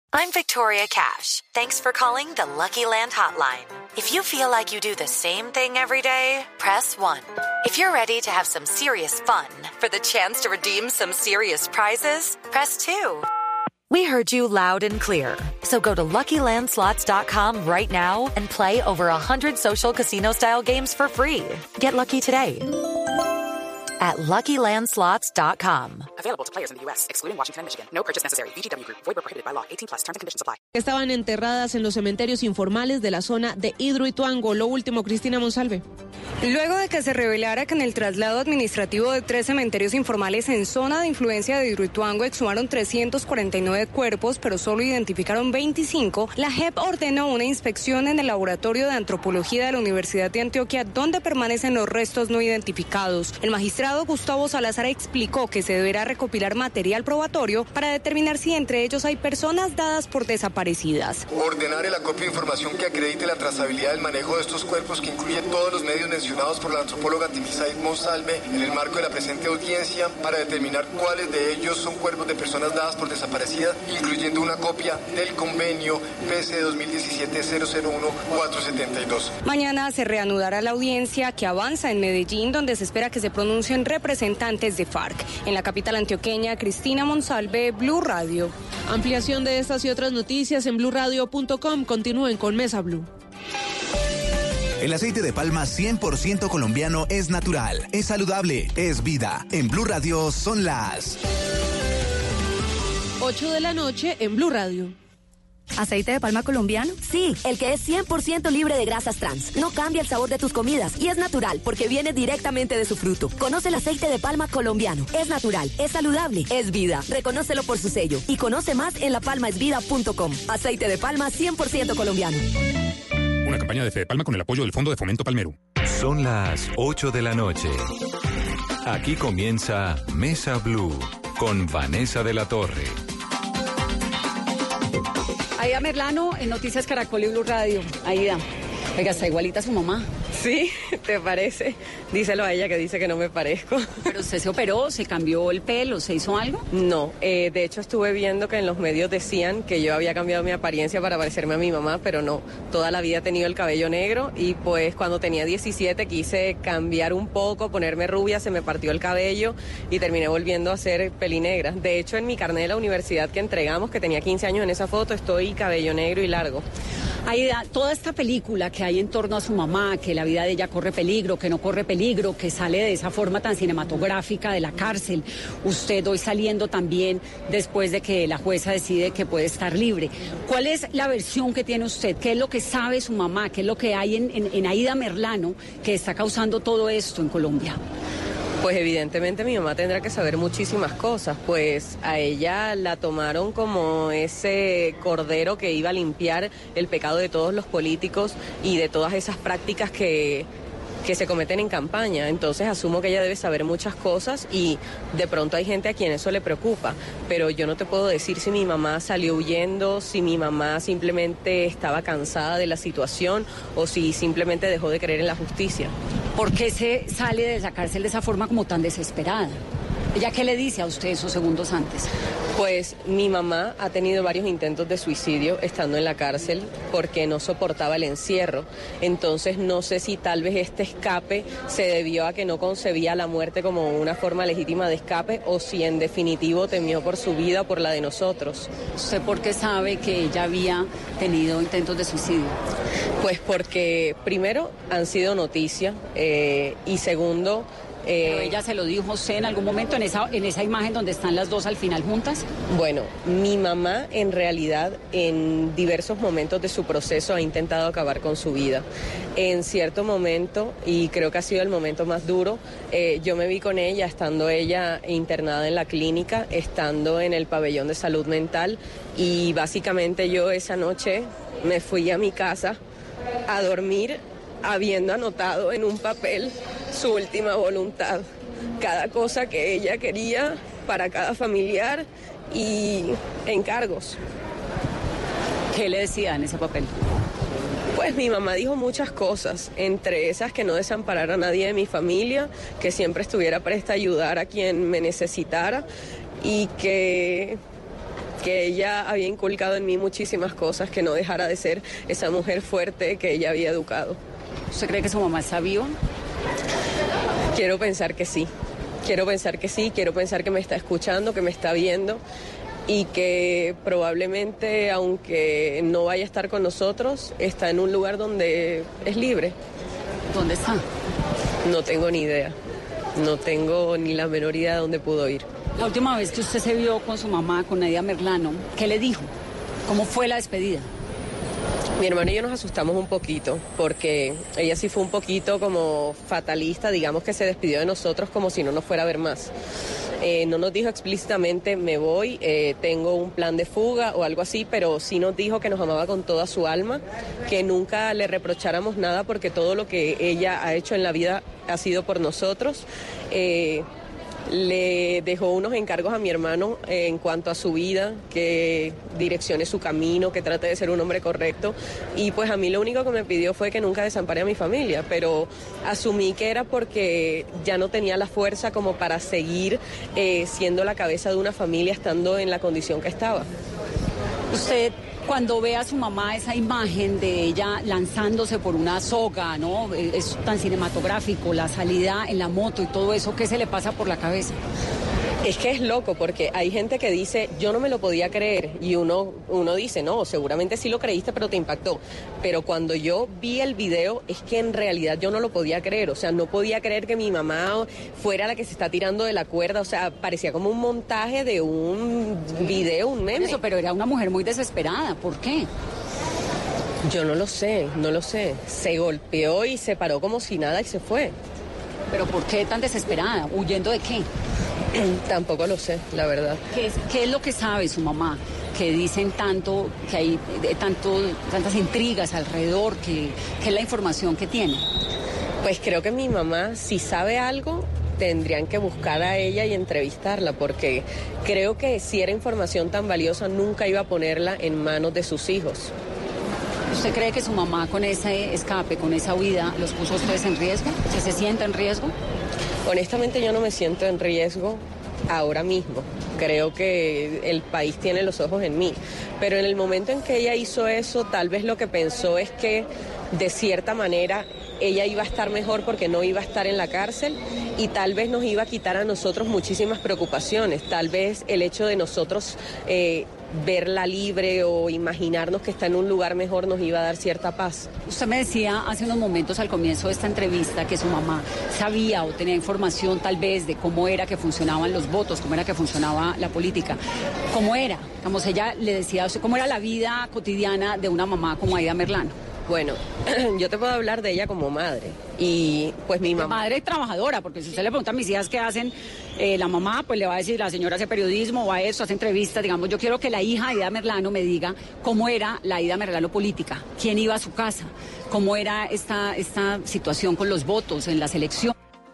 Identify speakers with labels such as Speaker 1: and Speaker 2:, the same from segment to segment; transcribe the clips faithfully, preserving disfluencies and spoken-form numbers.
Speaker 1: I'm Victoria Cash. Thanks for calling the Lucky Land Hotline. If you feel like you do the same thing every day, press one. If you're ready to have some serious fun for the chance to redeem some serious prizes, press two. We heard you loud and clear. So go to Lucky Land Slots dot com right now and play over one hundred social casino-style games for free. Get lucky today at Lucky Land Slots dot com.
Speaker 2: Available to players in the U S, excluding Washington and Michigan. No purchase necessary. V G W Group. Void where prohibited by law. eighteen plus. Terms and conditions apply.
Speaker 3: Estaban enterradas en los cementerios informales de la zona de Hidroituango. Lo último, Cristina Monsalve.
Speaker 4: Luego de que se revelara que en el traslado administrativo de tres cementerios informales en zona de influencia de Hidroituango exhumaron trescientos cuarenta y nueve cuerpos, pero solo identificaron veinticinco, la J E P ordenó una inspección en el Laboratorio de Antropología de la Universidad de Antioquia, donde permanecen los restos no identificados. El magistrado Gustavo Salazar explicó que se deberá recopilar material probatorio para determinar si entre ellos hay personas dadas por desaparecidas.
Speaker 5: Ordenar el acopio de información que acredite la trazabilidad del manejo de estos cuerpos, que incluye todos los medios mencionados por la antropóloga Timisaid Monsalve en el marco de la presente audiencia, para determinar cuáles de ellos son cuerpos de personas dadas por desaparecidas, incluyendo una copia del convenio P C dos mil diecisiete cero cero uno cuatrocientos setenta y dos.
Speaker 4: Mañana se reanudará la audiencia que avanza en Medellín, donde se espera que se pronuncien representantes de FARC. En la capital antioqueña, Cristina Monsalve, Blue Radio.
Speaker 3: Ampliación de estas y otras noticias en blue radio punto com. Continúen con Mesa Blue.
Speaker 6: El aceite de palma cien por ciento colombiano es natural, es saludable, es vida. En Blue Radio son las
Speaker 3: ocho de la noche en Blue Radio.
Speaker 7: ¿Aceite de palma colombiano? Sí, el que es cien por ciento libre de grasas trans. No cambia el sabor de tus comidas y es natural porque viene directamente de su fruto. Conoce el aceite de palma colombiano. Es natural, es saludable, es vida. Reconócelo por su sello y conoce más en la palma es vida punto com. Aceite de palma cien por ciento colombiano.
Speaker 8: Una campaña de Fede Palma con el apoyo del Fondo de Fomento Palmero.
Speaker 9: Son las ocho de la noche. Aquí comienza Mesa Blue con Vanessa de la Torre.
Speaker 10: Aida Merlano en Noticias Caracol y Blue Radio. Aida, oiga, está igualita a su mamá.
Speaker 11: Sí, ¿te parece? Díselo a ella que dice que no me parezco.
Speaker 10: ¿Pero usted se operó, se cambió el pelo, se hizo algo?
Speaker 11: No, eh, de hecho estuve viendo que en los medios decían que yo había cambiado mi apariencia para parecerme a mi mamá, pero no, toda la vida he tenido el cabello negro y pues cuando tenía diecisiete quise cambiar un poco, ponerme rubia, se me partió el cabello y terminé volviendo a ser pelinegra. De hecho, en mi carnet de la universidad que entregamos, que tenía quince años en esa foto, estoy cabello negro y largo.
Speaker 10: Aida, toda esta película que hay en torno a su mamá, que la vida de ella corre peligro, que no corre peligro, que sale de esa forma tan cinematográfica de la cárcel, usted hoy saliendo también después de que la jueza decide que puede estar libre. ¿Cuál es la versión que tiene usted? ¿Qué es lo que sabe su mamá? ¿Qué es lo que hay en, en, en Aida Merlano que está causando todo esto en Colombia?
Speaker 11: Pues evidentemente mi mamá tendrá que saber muchísimas cosas, pues a ella la tomaron como ese cordero que iba a limpiar el pecado de todos los políticos y de todas esas prácticas que, que se cometen en campaña. Entonces asumo que ella debe saber muchas cosas y de pronto hay gente a quien eso le preocupa, pero yo no te puedo decir si mi mamá salió huyendo, si mi mamá simplemente estaba cansada de la situación o si simplemente dejó de creer en la justicia.
Speaker 10: ¿Por qué se sale de esa cárcel de esa forma como tan desesperada? ¿Ella qué le dice a usted esos segundos antes?
Speaker 11: Pues mi mamá ha tenido varios intentos de suicidio estando en la cárcel porque no soportaba el encierro. Entonces no sé si tal vez este escape se debió a que no concebía la muerte como una forma legítima de escape o si en definitivo temió por su vida o por la de nosotros.
Speaker 10: ¿Usted por qué sabe que ella había tenido intentos de suicidio?
Speaker 11: Pues porque primero han sido noticia eh, y segundo...
Speaker 10: Eh, ¿Pero ella se lo dijo a usted en algún momento en esa, en esa imagen donde están las dos al final juntas?
Speaker 11: Bueno, mi mamá en realidad en diversos momentos de su proceso ha intentado acabar con su vida. En cierto momento, y creo que ha sido el momento más duro, eh, yo me vi con ella estando ella internada en la clínica, estando en el pabellón de salud mental y básicamente yo esa noche me fui a mi casa a dormir habiendo anotado en un papel su última voluntad, cada cosa que ella quería para cada familiar y encargos.
Speaker 10: ¿Qué le decía en ese papel?
Speaker 11: Pues mi mamá dijo muchas cosas, entre esas que no desamparara a nadie de mi familia, que siempre estuviera presta a ayudar a quien me necesitara y que que ella había inculcado en mí muchísimas cosas, que no dejara de ser esa mujer fuerte que ella había educado.
Speaker 10: ¿Usted cree que su mamá está viva?
Speaker 11: Quiero pensar que sí, quiero pensar que sí, quiero pensar que me está escuchando, que me está viendo y que probablemente, aunque no vaya a estar con nosotros, está en un lugar donde es libre.
Speaker 10: ¿Dónde está?
Speaker 11: No tengo ni idea, no tengo ni la menor idea de dónde pudo ir.
Speaker 10: La última vez que usted se vio con su mamá, con Nadia Merlano, ¿qué le dijo? ¿Cómo fue la despedida?
Speaker 11: Mi hermano y yo nos asustamos un poquito porque ella sí fue un poquito como fatalista, digamos que se despidió de nosotros como si no nos fuera a ver más. Eh, no nos dijo explícitamente me voy, eh, tengo un plan de fuga o algo así, pero sí nos dijo que nos amaba con toda su alma, que nunca le reprocháramos nada porque todo lo que ella ha hecho en la vida ha sido por nosotros. Eh, Le dejó unos encargos a mi hermano eh, en cuanto a su vida, que direccione su camino, que trate de ser un hombre correcto. Y pues a mí lo único que me pidió fue que nunca desampare a mi familia, pero asumí que era porque ya no tenía la fuerza como para seguir eh, siendo la cabeza de una familia estando en la condición que estaba.
Speaker 10: Usted, cuando ve a su mamá, esa imagen de ella lanzándose por una soga, ¿no? Es tan cinematográfico, la salida en la moto y todo eso, ¿qué se le pasa por la cabeza?
Speaker 11: Es que es loco porque hay gente que dice, yo no me lo podía creer, y uno, uno dice, no, seguramente sí lo creíste, pero te impactó. Pero cuando yo vi el video, es que en realidad yo no lo podía creer, o sea, no podía creer que mi mamá fuera la que se está tirando de la cuerda, o sea, parecía como un montaje de un video, un meme.
Speaker 10: Eso, pero era una mujer muy desesperada, ¿por qué?
Speaker 11: Yo no lo sé, no lo sé. Se golpeó y se paró como si nada y se fue.
Speaker 10: ¿Pero por qué tan desesperada? ¿Huyendo de qué?
Speaker 11: Tampoco lo sé, la verdad.
Speaker 10: ¿Qué es, qué es lo que sabe su mamá? Que dicen tanto, que hay eh, tanto, tantas intrigas alrededor, que, que es la información que tiene.
Speaker 11: Pues creo que mi mamá, si sabe algo, tendrían que buscar a ella y entrevistarla, porque creo que si era información tan valiosa, nunca iba a ponerla en manos de sus hijos.
Speaker 10: ¿Usted cree que su mamá con ese escape, con esa huida, los puso a ustedes en riesgo? ¿Se, se siente en riesgo?
Speaker 11: Honestamente yo no me siento en riesgo ahora mismo. Creo que el país tiene los ojos en mí. Pero en el momento en que ella hizo eso, tal vez lo que pensó es que de cierta manera ella iba a estar mejor porque no iba a estar en la cárcel y tal vez nos iba a quitar a nosotros muchísimas preocupaciones. Tal vez el hecho de nosotros eh, verla libre o imaginarnos que está en un lugar mejor nos iba a dar cierta paz.
Speaker 10: Usted me decía hace unos momentos al comienzo de esta entrevista que su mamá sabía o tenía información tal vez de cómo era que funcionaban los votos, cómo era que funcionaba la política. ¿Cómo era? Como ella le decía a usted, ¿cómo era la vida cotidiana de una mamá como Aida Merlano?
Speaker 11: Bueno, yo te puedo hablar de ella como madre y pues mi mamá...
Speaker 10: Madre trabajadora, porque si usted le pregunta a mis hijas qué hacen, eh, la mamá pues le va a decir, la señora hace periodismo, va a eso, hace entrevistas, digamos, yo quiero que la hija de Aida Merlano me diga cómo era la Aida Merlano política, quién iba a su casa, cómo era esta, esta situación con los votos en las elecciones.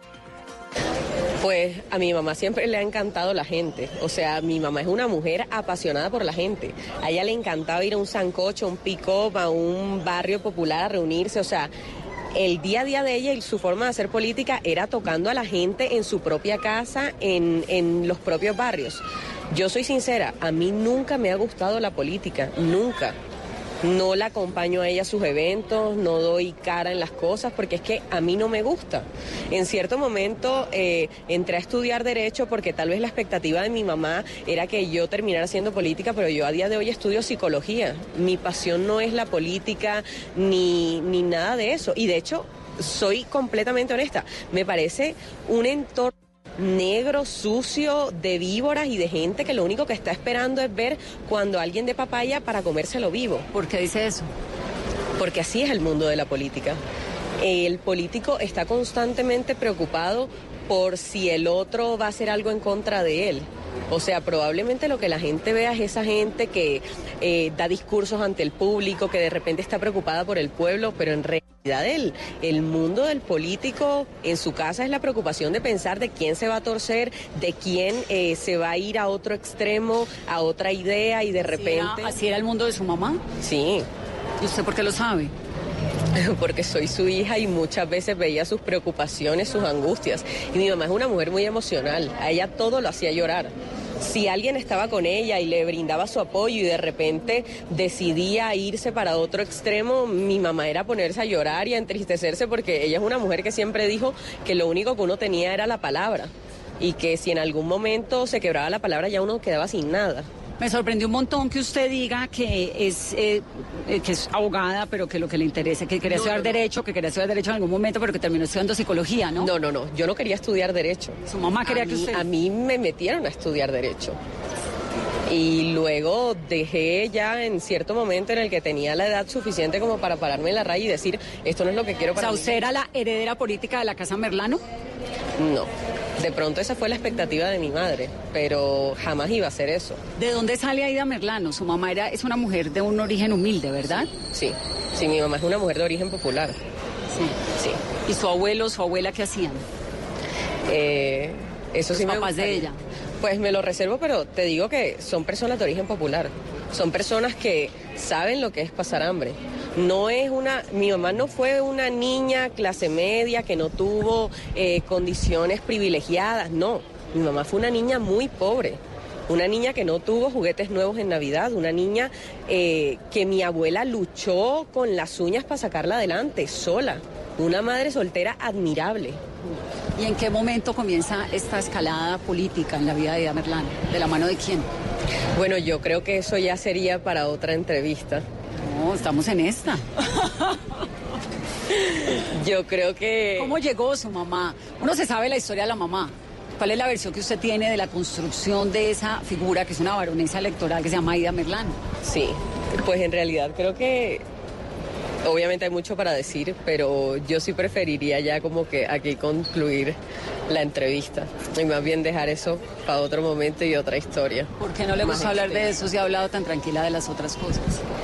Speaker 11: Pues a mi mamá siempre le ha encantado la gente, o sea, mi mamá es una mujer apasionada por la gente, a ella le encantaba ir a un sancocho, a un pick-up, a un barrio popular a reunirse, o sea, el día a día de ella y su forma de hacer política era tocando a la gente en su propia casa, en, en los propios barrios. Yo soy sincera, a mí nunca me ha gustado la política, nunca. No la acompaño a ella a sus eventos, no doy cara en las cosas, porque es que a mí no me gusta. En cierto momento eh, entré a estudiar Derecho porque tal vez la expectativa de mi mamá era que yo terminara haciendo política, pero yo a día de hoy estudio Psicología. Mi pasión no es la política ni, ni nada de eso. Y de hecho, soy completamente honesta, me parece un entorno negro, sucio, de víboras y de gente que lo único que está esperando es ver cuando alguien dé papaya para comérselo vivo.
Speaker 10: ¿Por qué dice eso?
Speaker 11: Porque así es el mundo de la política. El político está constantemente preocupado por si el otro va a hacer algo en contra de él. O sea, probablemente lo que la gente vea es esa gente que eh, da discursos ante el público, que de repente está preocupada por el pueblo, pero en realidad el, el mundo del político en su casa es la preocupación de pensar de quién se va a torcer, de quién eh, se va a ir a otro extremo, a otra idea y de repente...
Speaker 10: ¿Así era, así era el mundo de su mamá?
Speaker 11: Sí.
Speaker 10: ¿Y usted por qué lo sabe?
Speaker 11: Porque soy su hija y muchas veces veía sus preocupaciones, sus angustias. Y mi mamá es una mujer muy emocional, a ella todo lo hacía llorar. Si alguien estaba con ella y le brindaba su apoyo y de repente decidía irse para otro extremo, mi mamá era ponerse a llorar y a entristecerse porque ella es una mujer que siempre dijo que lo único que uno tenía era la palabra y que si en algún momento se quebraba la palabra ya uno quedaba sin nada.
Speaker 10: Me sorprendió un montón que usted diga que es eh, que es abogada, pero que lo que le interesa, que quería no, estudiar no, Derecho, que quería estudiar Derecho en algún momento, pero que terminó estudiando Psicología, ¿no?
Speaker 11: No, no, no, yo no quería estudiar Derecho.
Speaker 10: ¿Su mamá quería
Speaker 11: a
Speaker 10: que
Speaker 11: mí,
Speaker 10: usted...?
Speaker 11: A mí me metieron a estudiar Derecho. Y luego dejé ya en cierto momento en el que tenía la edad suficiente como para pararme en la raya y decir, esto no es lo que quiero para
Speaker 10: mí.
Speaker 11: mí.
Speaker 10: O sea, ¿usted era la heredera política de la Casa Merlano?
Speaker 11: No. De pronto esa fue la expectativa de mi madre, pero jamás iba a ser eso.
Speaker 10: ¿De dónde sale Aida Merlano? Su mamá era, es una mujer de un origen humilde, ¿verdad?
Speaker 11: Sí, sí, mi mamá es una mujer de origen popular.
Speaker 10: Sí. Sí. ¿Y su abuelo, su abuela qué hacían?
Speaker 11: Eh, eso
Speaker 10: Los
Speaker 11: sí me
Speaker 10: papás
Speaker 11: gustaría.
Speaker 10: de ella.
Speaker 11: Pues me lo reservo, pero te digo que son personas de origen popular. Son personas que saben lo que es pasar hambre. No es una, mi mamá no fue una niña clase media que no tuvo eh, condiciones privilegiadas, no. Mi mamá fue una niña muy pobre, una niña que no tuvo juguetes nuevos en Navidad, una niña eh, que mi abuela luchó con las uñas para sacarla adelante, sola. Una madre soltera admirable.
Speaker 10: ¿Y en qué momento comienza esta escalada política en la vida de Aida Merlano? ¿De la mano de quién?
Speaker 11: Bueno, yo creo que eso ya sería para otra entrevista.
Speaker 10: No, estamos en esta.
Speaker 11: Yo creo que...
Speaker 10: ¿Cómo llegó su mamá? Uno se sabe la historia de la mamá. ¿Cuál es la versión que usted tiene de la construcción de esa figura que es una baronesa electoral que se llama Aida Merlano?
Speaker 11: Sí, pues en realidad creo que... Obviamente hay mucho para decir, pero yo sí preferiría ya como que aquí concluir la entrevista y más bien dejar eso para otro momento y otra historia.
Speaker 10: ¿Por qué no le gusta hablar de eso si ha hablado tan tranquila de las otras cosas?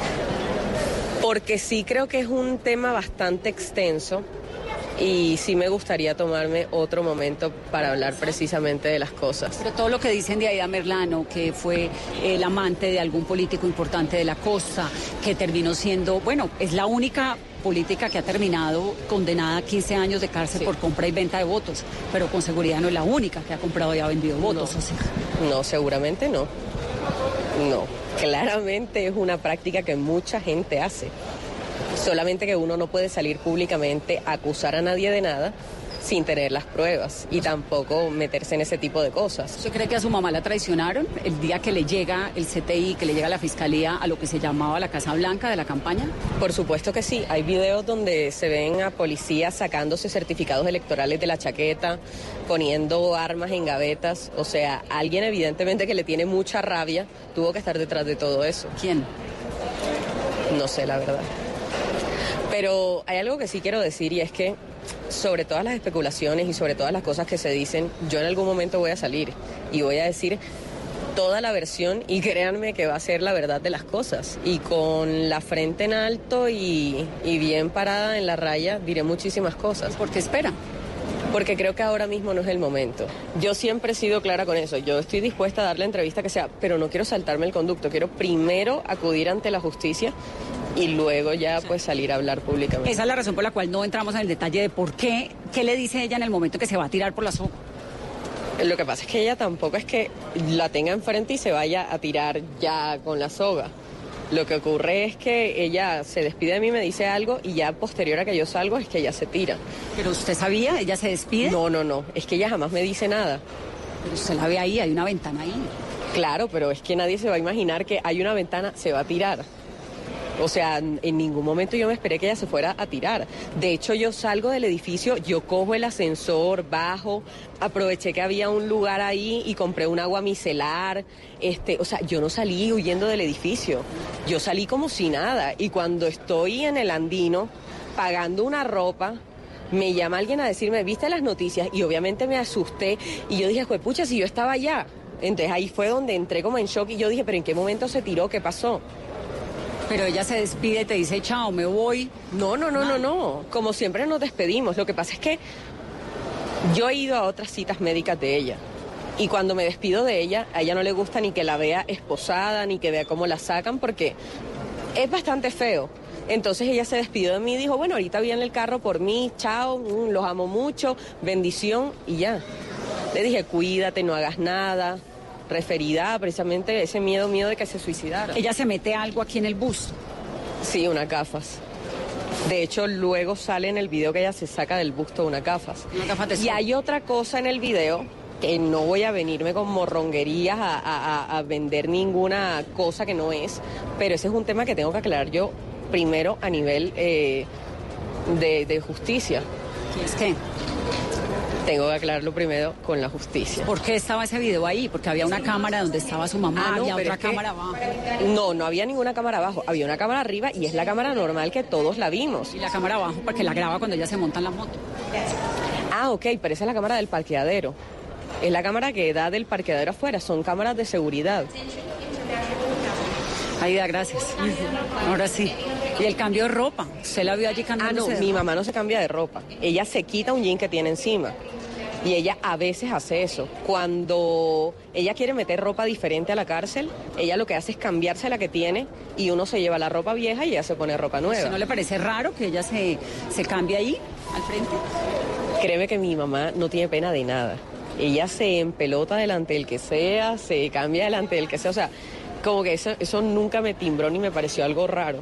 Speaker 11: Porque sí creo que es un tema bastante extenso y sí me gustaría tomarme otro momento para hablar precisamente de las cosas.
Speaker 10: Pero todo lo que dicen de Aida Merlano, que fue el amante de algún político importante de la costa, que terminó siendo, bueno, es la única política que ha terminado condenada a quince años de cárcel sí. por compra y venta de votos, pero con seguridad no es la única que ha comprado y ha vendido votos.
Speaker 11: No,
Speaker 10: o sea.
Speaker 11: no seguramente no. No, claramente es una práctica que mucha gente hace. Solamente que uno no puede salir públicamente a acusar a nadie de nada sin tener las pruebas y tampoco meterse en ese tipo de cosas.
Speaker 10: ¿Usted cree que a su mamá la traicionaron el día que le llega el C T I, que le llega la Fiscalía a lo que se llamaba la Casa Blanca de la campaña?
Speaker 11: Por supuesto que sí. Hay videos donde se ven a policías sacándose certificados electorales de la chaqueta, poniendo armas en gavetas. O sea, alguien evidentemente que le tiene mucha rabia tuvo que estar detrás de todo eso.
Speaker 10: ¿Quién?
Speaker 11: No sé, la verdad. Pero hay algo que sí quiero decir y es que sobre todas las especulaciones y sobre todas las cosas que se dicen, yo en algún momento voy a salir y voy a decir toda la versión y créanme que va a ser la verdad de las cosas. Y con la frente en alto y, y bien parada en la raya diré muchísimas cosas.
Speaker 10: ¿Por qué espera?
Speaker 11: Porque creo que ahora mismo no es el momento. Yo siempre he sido clara con eso. Yo estoy dispuesta a dar la entrevista que sea, pero no quiero saltarme el conducto. Quiero primero acudir ante la justicia y luego ya pues salir a hablar públicamente.
Speaker 10: Esa es la razón por la cual no entramos en el detalle de por qué, qué le dice ella en el momento que se va a tirar por la soga.
Speaker 11: Lo que pasa es que ella tampoco es que la tenga enfrente y se vaya a tirar ya con la soga. Lo que ocurre es que ella se despide de mí, me dice algo y ya posterior a que yo salgo es que ella se tira.
Speaker 10: ¿Pero usted sabía? ¿Ella se despide?
Speaker 11: No, no, no. Es que ella jamás me dice nada.
Speaker 10: Pero usted la ve ahí, hay una ventana ahí.
Speaker 11: Claro, pero es que nadie se va a imaginar que hay una ventana, se va a tirar. O sea, en ningún momento yo me esperé que ella se fuera a tirar. De hecho, yo salgo del edificio, yo cojo el ascensor, bajo, aproveché que había un lugar ahí y compré un agua micelar. Este, o sea, yo no salí huyendo del edificio. Yo salí como si nada. Y cuando estoy en el Andino pagando una ropa, me llama alguien a decirme, ¿viste las noticias? Y obviamente me asusté y yo dije, pucha, si yo estaba allá. Entonces ahí fue donde entré como en shock y yo dije, ¿pero en qué momento se tiró? ¿Qué pasó?
Speaker 10: Pero ella se despide y te dice, chao, me voy.
Speaker 11: No, no, no, no, no. Como siempre nos despedimos. Lo que pasa es que yo he ido a otras citas médicas de ella. Y cuando me despido de ella, a ella no le gusta ni que la vea esposada, ni que vea cómo la sacan, porque es bastante feo. Entonces ella se despidió de mí y dijo, bueno, ahorita viene el carro por mí, chao, mm, los amo mucho, bendición, y ya. Le dije, cuídate, no hagas nada. referida a precisamente ese miedo, miedo de que se suicidara.
Speaker 10: ¿Ella se mete algo aquí en el bus?
Speaker 11: Sí, unas gafas. De hecho, luego sale en el video que ella se saca del busto unas gafas.
Speaker 10: Unas gafas de sol.
Speaker 11: Y hay otra cosa en el video, que no voy a venirme con morronguerías a, a, a vender ninguna cosa que no es, pero ese es un tema que tengo que aclarar yo primero a nivel eh, de, de justicia.
Speaker 10: ¿Y es qué?
Speaker 11: Tengo que aclararlo primero con la justicia.
Speaker 10: ¿Por qué estaba ese video ahí? Porque había una cámara donde estaba su mamá,
Speaker 11: Ah, no,
Speaker 10: había
Speaker 11: pero
Speaker 10: otra
Speaker 11: es que-
Speaker 10: cámara abajo.
Speaker 11: No, no había ninguna cámara abajo, había una cámara arriba y es la cámara normal que todos la vimos.
Speaker 10: Y la cámara abajo porque la graba cuando ella se monta en la moto.
Speaker 11: Ah, ok, pero esa es la cámara del parqueadero. Es la cámara que da del parqueadero afuera, son cámaras de seguridad.
Speaker 10: Aida, gracias. Ahora sí. Y el cambio de ropa. ¿Usted la vio allí
Speaker 11: Ah, no,
Speaker 10: cambiándose de
Speaker 11: mi
Speaker 10: ropa?
Speaker 11: mamá no se cambia de ropa. Ella se quita un jean que tiene encima. Y ella a veces hace eso. Cuando ella quiere meter ropa diferente a la cárcel, ella lo que hace es cambiarse la que tiene y uno se lleva la ropa vieja y ella se pone ropa nueva.
Speaker 10: ¿No le parece raro que ella se, se cambie ahí, al frente?
Speaker 11: Créeme que mi mamá no tiene pena de nada. Ella se empelota delante del que sea, se cambia delante del que sea. O sea, como que eso, eso nunca me timbró ni me pareció algo raro.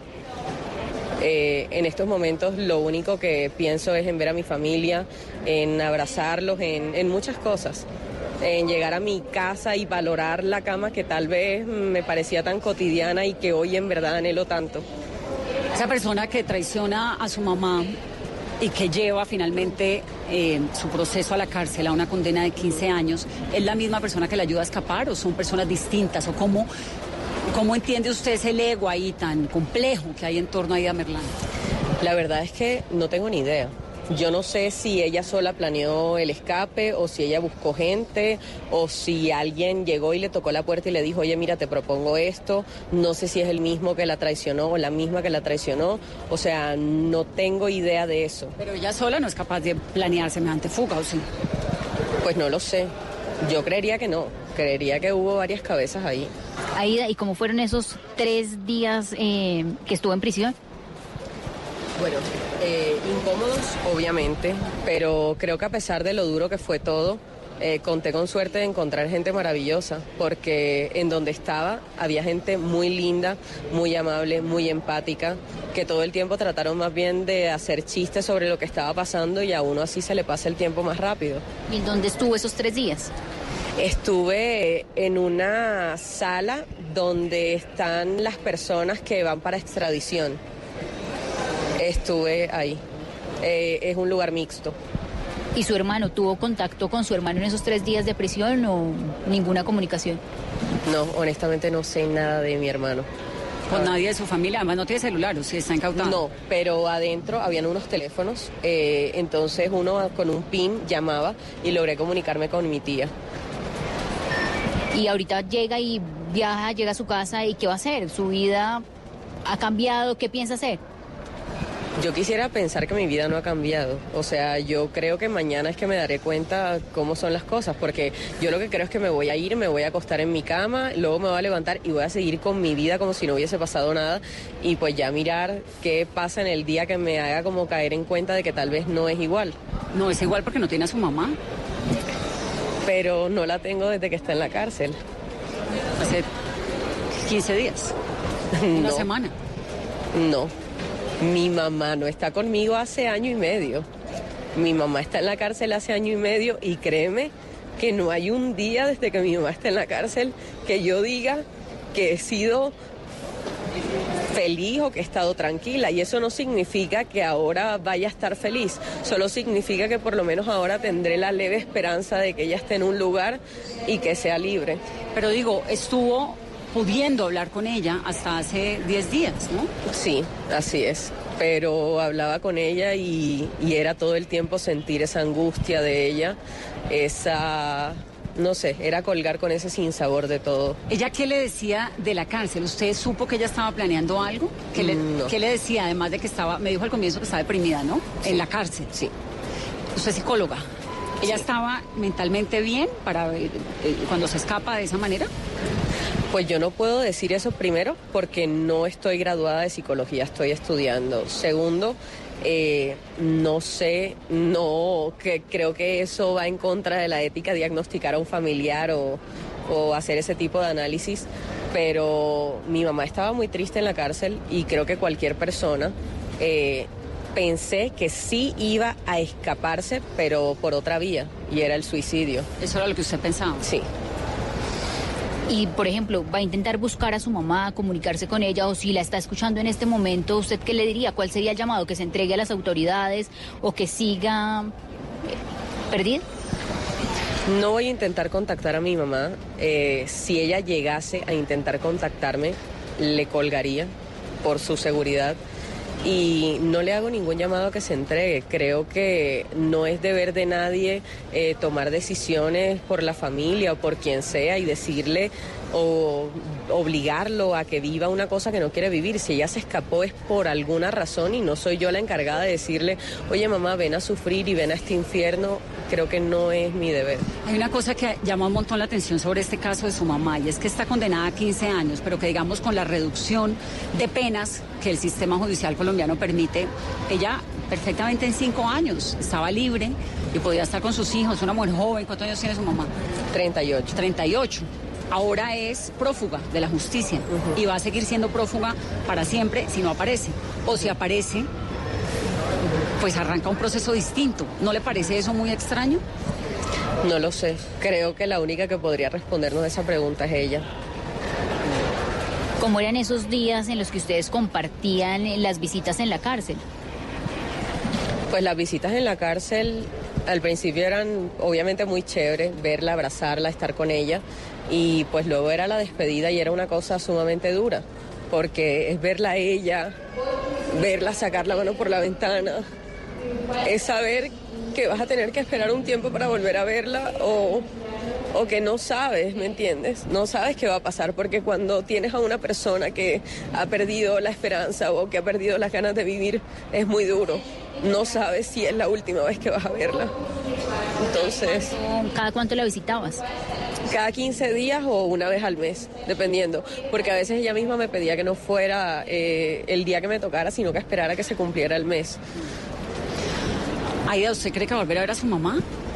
Speaker 11: Eh, en estos momentos lo único que pienso es en ver a mi familia, en abrazarlos, en, en muchas cosas. En llegar a mi casa y valorar la cama que tal vez me parecía tan cotidiana y que hoy en verdad anhelo tanto.
Speaker 10: Esa persona que traiciona a su mamá y que lleva finalmente eh, su proceso a la cárcel a una condena de quince años, ¿es la misma persona que le ayuda a escapar o son personas distintas? ¿O cómo, cómo entiende usted ese ego ahí tan complejo que hay en torno a Aida Merlán?
Speaker 11: La verdad es que no tengo ni idea. Yo no sé si ella sola planeó el escape o si ella buscó gente o si alguien llegó y le tocó la puerta y le dijo, oye, mira, te propongo esto. No sé si es el mismo que la traicionó o la misma que la traicionó. O sea, no tengo idea de eso.
Speaker 10: Pero ella sola no es capaz de planear semejante fuga, ¿o sí?
Speaker 11: Pues no lo sé. Yo creería que no. Creería que hubo varias cabezas ahí.
Speaker 12: Aida, ¿y cómo fueron esos tres días eh, que estuvo en prisión?
Speaker 11: Bueno, eh, incómodos, obviamente, pero creo que a pesar de lo duro que fue todo, eh, conté con suerte de encontrar gente maravillosa, porque en donde estaba había gente muy linda, muy amable, muy empática, que todo el tiempo trataron más bien de hacer chistes sobre lo que estaba pasando y a uno así se le pasa el tiempo más rápido.
Speaker 12: ¿Y en dónde estuvo esos tres días?
Speaker 11: Estuve en una sala donde están las personas que van para extradición. Estuve ahí. Eh, es un lugar mixto.
Speaker 12: ¿Y su hermano tuvo contacto con su hermano en esos tres días de prisión o ninguna comunicación?
Speaker 11: No, honestamente no sé nada de mi hermano.
Speaker 10: Con nadie de su familia, además no tiene celular, ¿o sí está incautado?
Speaker 11: No, pero adentro habían unos teléfonos, eh, entonces uno con un pin llamaba y logré comunicarme con mi tía.
Speaker 12: Y ahorita llega y viaja, llega a su casa y ¿qué va a hacer? ¿Su vida ha cambiado? ¿Qué piensa hacer?
Speaker 11: Yo quisiera pensar que mi vida no ha cambiado. O sea, yo creo que mañana es que me daré cuenta cómo son las cosas, porque yo lo que creo es que me voy a ir, me voy a acostar en mi cama, luego me voy a levantar y voy a seguir con mi vida como si no hubiese pasado nada y pues ya mirar qué pasa en el día que me haga como caer en cuenta de que tal vez no es igual.
Speaker 10: No es igual porque no tiene a su mamá.
Speaker 11: Pero no la tengo desde que está en la cárcel.
Speaker 10: Hace quince días, una
Speaker 11: No.
Speaker 10: semana.
Speaker 11: No, mi mamá no está conmigo hace año y medio. Mi mamá está en la cárcel hace año y medio y créeme que no hay un día desde que mi mamá está en la cárcel que yo diga que he sido feliz o que he estado tranquila, y eso no significa que ahora vaya a estar feliz, solo significa que por lo menos ahora tendré la leve esperanza de que ella esté en un lugar y que sea libre.
Speaker 10: Pero digo, estuvo pudiendo hablar con ella hasta hace diez días, ¿no?
Speaker 11: Sí, así es, pero hablaba con ella y, y era todo el tiempo sentir esa angustia de ella, esa... no sé, era colgar con ese sinsabor de todo.
Speaker 10: ¿Ella qué le decía de la cárcel? ¿Usted supo que ella estaba planeando algo? ¿Qué le,
Speaker 11: No.
Speaker 10: ¿qué le decía? Además de que estaba, me dijo al comienzo que estaba deprimida, ¿no?
Speaker 11: Sí.
Speaker 10: En la cárcel.
Speaker 11: Sí.
Speaker 10: ¿Usted es psicóloga? ¿Ella
Speaker 11: Sí.
Speaker 10: estaba mentalmente bien para eh, eh, cuando se escapa de esa manera?
Speaker 11: Pues yo no puedo decir eso primero porque no estoy graduada de psicología, estoy estudiando. Segundo, eh, no sé, no, que creo que eso va en contra de la ética diagnosticar a un familiar o, o hacer ese tipo de análisis, pero mi mamá estaba muy triste en la cárcel y creo que cualquier persona... Eh, pensé que sí iba a escaparse, pero por otra vía, y era el suicidio.
Speaker 10: ¿Eso era lo que usted pensaba?
Speaker 11: Sí.
Speaker 12: Y, por ejemplo, ¿va a intentar buscar a su mamá, comunicarse con ella, o si la está escuchando en este momento, usted qué le diría? ¿Cuál sería el llamado? ¿Que se entregue a las autoridades o que siga perdida?
Speaker 11: No voy a intentar contactar a mi mamá. Eh, si ella llegase a intentar contactarme, le colgaría por su seguridad. Y no le hago ningún llamado a que se entregue. Creo que no es deber de nadie eh, tomar decisiones por la familia o por quien sea y decirle o obligarlo a que viva una cosa que no quiere vivir. Si ella se escapó es por alguna razón y no soy yo la encargada de decirle, oye mamá, ven a sufrir y ven a este infierno. Creo que no es mi deber.
Speaker 10: Hay una cosa que llama un montón la atención sobre este caso de su mamá y es que está condenada a quince años, pero que digamos con la reducción de penas que el sistema judicial colombiano permite, ella perfectamente en cinco años estaba libre y podía estar con sus hijos, una mujer joven. ¿Cuántos años tiene su mamá?
Speaker 11: treinta y ocho.
Speaker 10: treinta y ocho. Ahora es prófuga de la justicia uh-huh. y va a seguir siendo prófuga para siempre si no aparece. O si aparece, pues arranca un proceso distinto. ¿No le parece eso muy extraño?
Speaker 11: No lo sé. Creo que la única que podría respondernos esa pregunta es ella.
Speaker 12: ¿Cómo eran esos días en los que ustedes compartían las visitas en la cárcel?
Speaker 11: Pues las visitas en la cárcel al principio eran obviamente muy chéveres, verla, abrazarla, estar con ella. Y pues luego era la despedida y era una cosa sumamente dura, porque es verla a ella, verla sacar la mano por la ventana, es saber que vas a tener que esperar un tiempo para volver a verla o, o que no sabes, ¿me entiendes? No sabes qué va a pasar, porque cuando tienes a una persona que ha perdido la esperanza o que ha perdido las ganas de vivir, es muy duro. No sabes si es la última vez que vas a verla. Entonces...
Speaker 12: ¿Cada cuánto la visitabas?
Speaker 11: Cada quince días o una vez al mes, dependiendo, porque a veces ella misma me pedía que no fuera eh, el día que me tocara, sino que esperara que se cumpliera el mes.
Speaker 10: Aida, ¿usted cree que va a volver a ver a su mamá?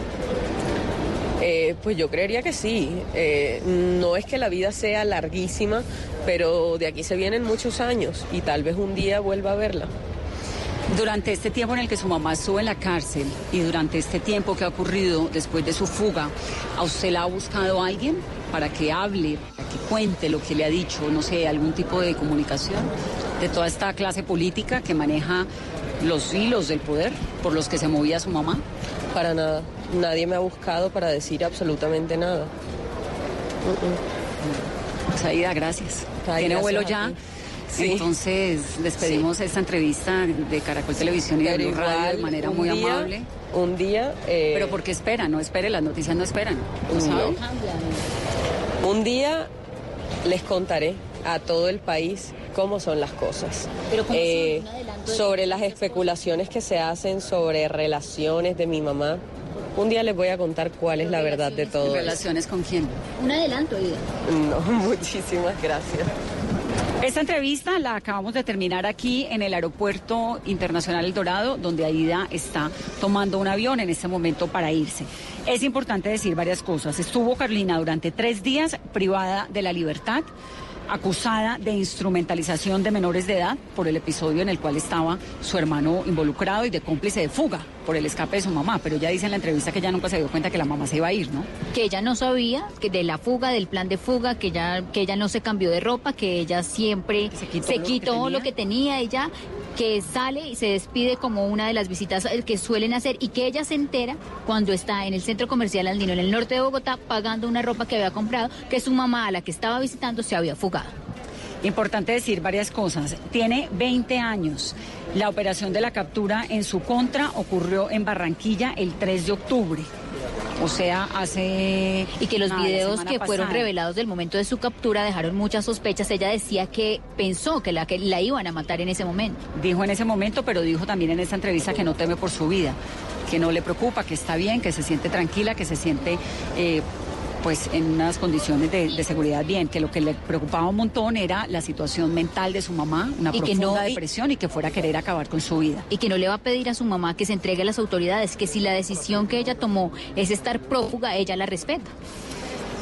Speaker 11: Eh, pues yo creería que sí. Eh, no es que la vida sea larguísima, pero de aquí se vienen muchos años y tal vez un día vuelva a verla.
Speaker 10: Durante este tiempo en el que su mamá estuvo en la cárcel y durante este tiempo que ha ocurrido después de su fuga, ¿a usted la ha buscado alguien para que hable, para que cuente lo que le ha dicho, no sé, algún tipo de comunicación de toda esta clase política que maneja los hilos del poder por los que se movía su mamá?
Speaker 11: Para nada. Nadie me ha buscado para decir absolutamente nada.
Speaker 10: Pues Aida, gracias. Ay, Tiene vuelo ya. Sí. Entonces despedimos sí. esta entrevista de Caracol Televisión y de Blue Radio de manera muy
Speaker 11: día,
Speaker 10: amable.
Speaker 11: Un día... Eh...
Speaker 10: Pero porque espera, no espere, las noticias no esperan. ¿No sabe?
Speaker 11: Un día les contaré a todo el país cómo son las cosas.
Speaker 12: Pero ¿cómo
Speaker 11: eh,
Speaker 12: son?
Speaker 11: Sobre las especulaciones que se hacen sobre relaciones de mi mamá. Un día les voy a contar cuál es la verdad de todo.
Speaker 10: ¿Relaciones con quién?
Speaker 12: Un adelanto, Ida.
Speaker 11: No, muchísimas gracias.
Speaker 10: Esta entrevista la acabamos de terminar aquí en el Aeropuerto Internacional El Dorado, donde Aida está tomando un avión en este momento para irse. Es importante decir varias cosas. Estuvo Carolina durante tres días privada de la libertad, acusada de instrumentalización de menores de edad por el episodio en el cual estaba su hermano involucrado y de cómplice de fuga por el escape de su mamá. Pero ella dice en la entrevista que ella nunca se dio cuenta que la mamá se iba a ir, ¿no?
Speaker 12: Que ella no sabía que de la fuga, del plan de fuga, que ella, que ella no se cambió de ropa, que ella siempre se quitó, se quitó lo, que lo que tenía ella, que sale y se despide como una de las visitas que suelen hacer y que ella se entera cuando está en el centro comercial Andino, en el norte de Bogotá, pagando una ropa que había comprado, que su mamá, a la que estaba visitando, se había fugado.
Speaker 10: Importante decir varias cosas. Tiene veinte años. La operación de la captura en su contra ocurrió en Barranquilla el tres de octubre. O sea, hace...
Speaker 12: Y que los
Speaker 10: nada,
Speaker 12: videos que
Speaker 10: pasada.
Speaker 12: fueron revelados del momento de su captura dejaron muchas sospechas. Ella decía que pensó que la, que la iban a matar en ese momento.
Speaker 10: Dijo en ese momento, pero dijo también en esta entrevista que no teme por su vida, que no le preocupa, que está bien, que se siente tranquila, que se siente... Eh, pues en unas condiciones de, de seguridad bien, que lo que le preocupaba un montón era la situación mental de su mamá, una y profunda que no, depresión y que fuera a querer acabar con su vida.
Speaker 12: Y que no le va a pedir a su mamá que se entregue a las autoridades, que si la decisión que ella tomó es estar prófuga, ella la respeta.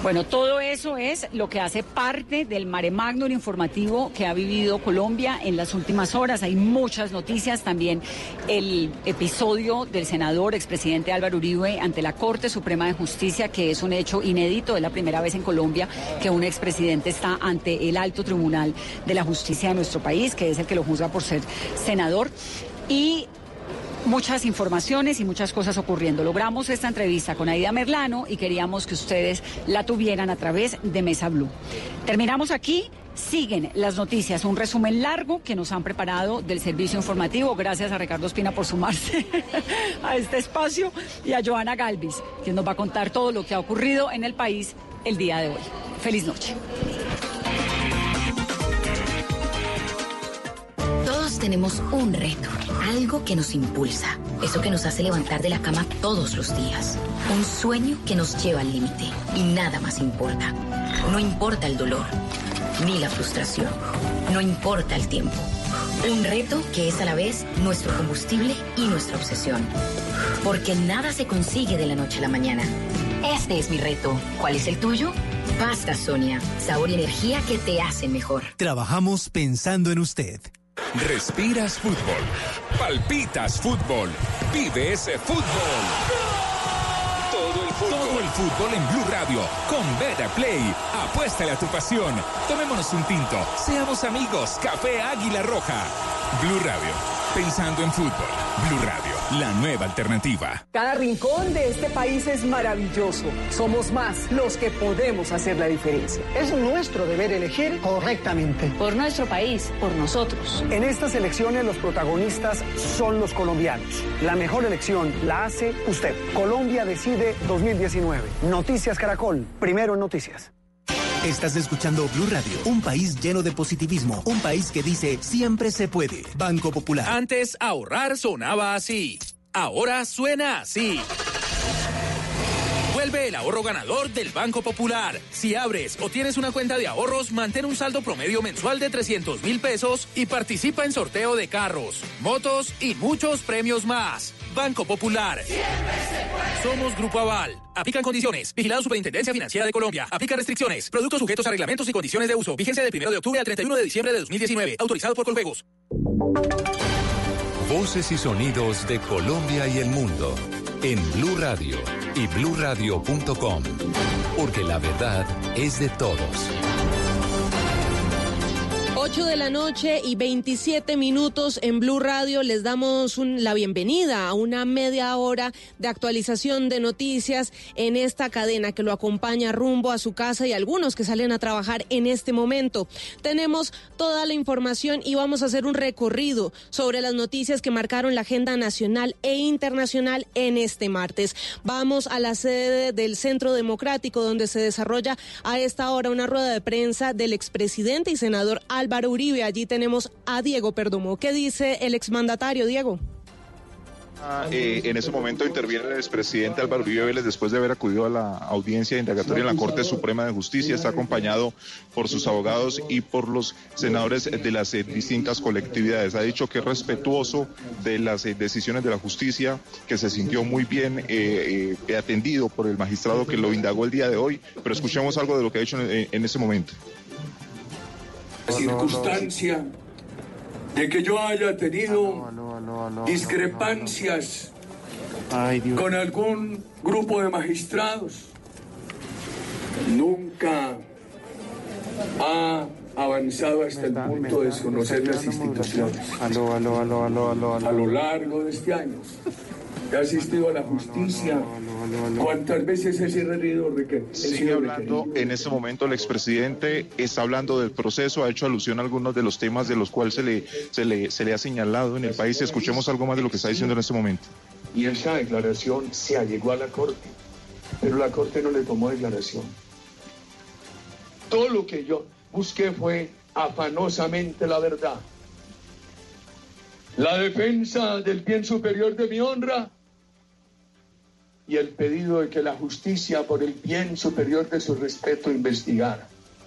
Speaker 10: Bueno, todo eso es lo que hace parte del mare magnum informativo que ha vivido Colombia en las últimas horas. Hay muchas noticias, también el episodio del senador expresidente Álvaro Uribe ante la Corte Suprema de Justicia, que es un hecho inédito, es la primera vez en Colombia que un expresidente está ante el alto tribunal de la justicia de nuestro país, que es el que lo juzga por ser senador. Y muchas informaciones y muchas cosas ocurriendo. Logramos esta entrevista con Aida Merlano y queríamos que ustedes la tuvieran a través de Mesa Blue. Terminamos aquí. Siguen las noticias, un resumen largo que nos han preparado del servicio informativo. Gracias a Ricardo Espina por sumarse a este espacio y a Joana Galvis, quien nos va a contar todo lo que ha ocurrido en el país el día de hoy. Feliz noche.
Speaker 13: Todos tenemos un reto, algo que nos impulsa, eso que nos hace levantar de la cama todos los días, un sueño que nos lleva al límite y nada más importa. No importa el dolor, ni la frustración, no importa el tiempo. Un reto que es a la vez nuestro combustible y nuestra obsesión. Porque nada se consigue de la noche a la mañana. Este es mi reto. ¿Cuál es el tuyo? Pasta Sonia, sabor y energía que te hacen mejor.
Speaker 14: Trabajamos pensando en usted.
Speaker 15: Respiras fútbol, palpitas fútbol, vive ese fútbol. Todo el fútbol. Todo el fútbol en Blue Radio con Beta Play. Apuéstale a tu pasión. Tomémonos un tinto. Seamos amigos. Café Águila Roja. Blue Radio. Pensando en fútbol. Blue Radio, la nueva alternativa.
Speaker 16: Cada rincón de este país es maravilloso. Somos más los que podemos hacer la diferencia.
Speaker 17: Es nuestro deber elegir correctamente.
Speaker 18: Por nuestro país, por nosotros.
Speaker 17: En estas elecciones los protagonistas son los colombianos. La mejor elección la hace usted. Colombia Decide dos mil diecinueve. Noticias Caracol. Primero en noticias.
Speaker 14: Estás escuchando Blue Radio, un país lleno de positivismo, un país que dice siempre se puede. Banco Popular.
Speaker 19: Antes ahorrar sonaba así, ahora suena así. Vuelve el ahorro ganador del Banco Popular. Si abres o tienes una cuenta de ahorros, mantén un saldo promedio mensual de trescientos mil pesos y participa en sorteo de carros, motos y muchos premios más. Banco Popular. Somos Grupo Aval. Aplican condiciones. Vigilado Superintendencia Financiera de Colombia. Aplica restricciones. Productos sujetos a reglamentos y condiciones de uso. Vigencia del primero de octubre al treinta y uno de diciembre de dos mil diecinueve. Autorizado por Coljuegos.
Speaker 9: Voces y sonidos de Colombia y el mundo en Blue Radio y blue radio punto com. Porque la verdad es de todos.
Speaker 3: ocho de la noche y veintisiete minutos en Blue Radio. Les damos un, la bienvenida a una media hora de actualización de noticias en esta cadena que lo acompaña rumbo a su casa y algunos que salen a trabajar en este momento. Tenemos toda la información y vamos a hacer un recorrido sobre las noticias que marcaron la agenda nacional e internacional en este martes. Vamos a la sede del Centro Democrático, donde se desarrolla a esta hora una rueda de prensa del expresidente y senador Álvaro Uribe. Allí tenemos a Diego Perdomo. ¿Qué dice el exmandatario, Diego?
Speaker 20: Eh, en ese momento interviene el expresidente Álvaro Uribe Vélez después de haber acudido a la audiencia indagatoria en la Corte Suprema de Justicia. Está acompañado por sus abogados y por los senadores de las eh, distintas colectividades. Ha dicho que es respetuoso de las eh, decisiones de la justicia, que se sintió muy bien eh, eh, atendido por el magistrado que lo indagó el día de hoy. Pero escuchemos algo de lo que ha dicho en, en ese momento.
Speaker 21: La circunstancia de que yo haya tenido discrepancias con algún grupo de magistrados nunca ha avanzado hasta el punto de desconocer las instituciones. A lo largo de este año he asistido a la justicia. ¿Cuántas veces he sido requerido?
Speaker 20: Sigue hablando en este momento el expresidente, está hablando del proceso, ha hecho alusión a algunos de los temas de los cuales se le, se le, se le ha señalado en el país. Escuchemos algo más de lo que está diciendo en este momento.
Speaker 21: Y esa declaración se allegó a la Corte, pero la Corte no le tomó declaración. Todo lo que yo busqué fue afanosamente la verdad. La defensa del bien superior de mi honra y el pedido de que la justicia, por el bien superior de su respeto, investigara.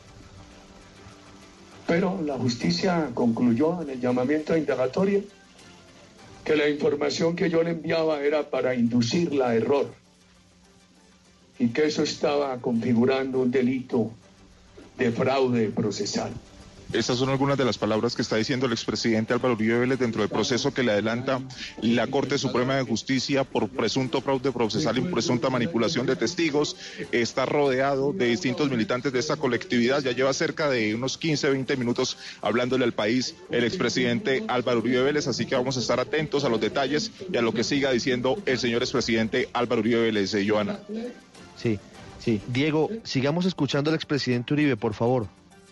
Speaker 21: Pero la justicia concluyó en el llamamiento a indagatoria que la información que yo le enviaba era para inducirla a error. y que eso estaba configurando un delito de fraude procesal.
Speaker 20: Estas son algunas de las palabras que está diciendo el expresidente Álvaro Uribe Vélez dentro del proceso que le adelanta la Corte Suprema de Justicia por presunto fraude procesal y presunta manipulación de testigos. Está rodeado de distintos militantes de esta colectividad. Ya lleva cerca de unos quince, veinte minutos hablándole al país el expresidente Álvaro Uribe Vélez, así que vamos a estar atentos a los detalles y a lo que siga diciendo el señor expresidente Álvaro Uribe Vélez. Eh, Joana.
Speaker 1: Sí, sí. Diego, sigamos escuchando al expresidente Uribe, por favor.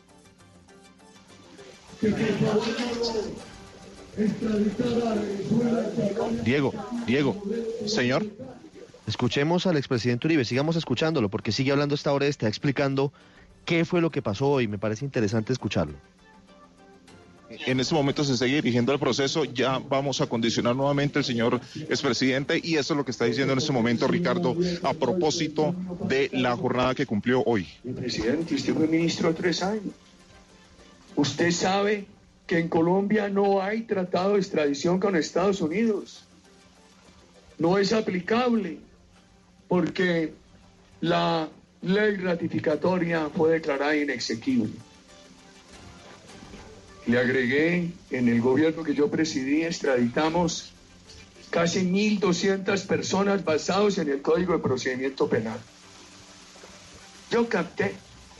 Speaker 1: Diego, Diego,
Speaker 20: señor.
Speaker 1: Escuchemos al expresidente Uribe, sigamos escuchándolo, porque sigue hablando hasta ahora, está explicando qué fue lo que pasó y me parece interesante escucharlo.
Speaker 20: En este momento se sigue dirigiendo el proceso, ya vamos a condicionar nuevamente al señor expresidente y eso es lo que está diciendo en este momento Ricardo a propósito de la jornada que cumplió hoy.
Speaker 21: Presidente, usted fue ministro tres años. Usted sabe que en Colombia no hay tratado de extradición con Estados Unidos. No es aplicable porque la ley ratificatoria fue declarada inexequible. Le agregué, en el gobierno que yo presidí, extraditamos casi mil doscientas personas basados en el Código de Procedimiento Penal. Yo capté.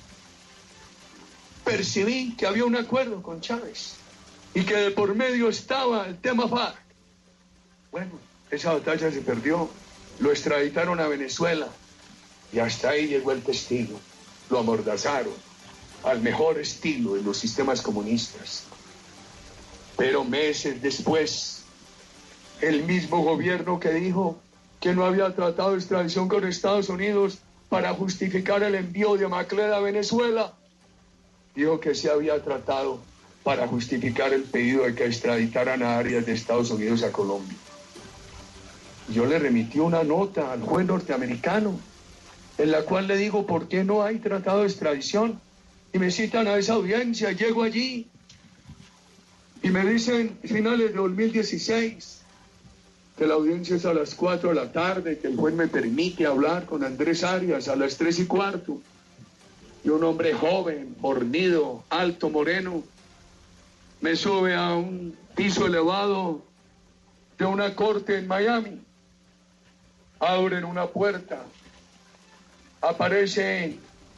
Speaker 21: Percibí que había un acuerdo con Chávez y que de por medio estaba el tema FARC. Bueno, esa batalla se perdió, lo extraditaron a Venezuela y hasta ahí llegó el testigo. Lo amordazaron al mejor estilo de los sistemas comunistas. Pero meses después, el mismo gobierno que dijo que no había tratado de extradición con Estados Unidos para justificar el envío de Macleda a Venezuela, dijo que se había tratado para justificar el pedido de que extraditaran a Arias de Estados Unidos a Colombia. Yo le remití una nota al juez norteamericano en la cual le digo por qué no hay tratado de extradición y me citan a esa audiencia. Llego allí y me dicen finales de dos mil dieciséis que la audiencia es a las cuatro de la tarde, que el juez me permite hablar con Andrés Arias a las tres y cuarto. Y un hombre joven, fornido, alto, moreno, me sube a un piso elevado de una corte en Miami. Abren una puerta. Aparece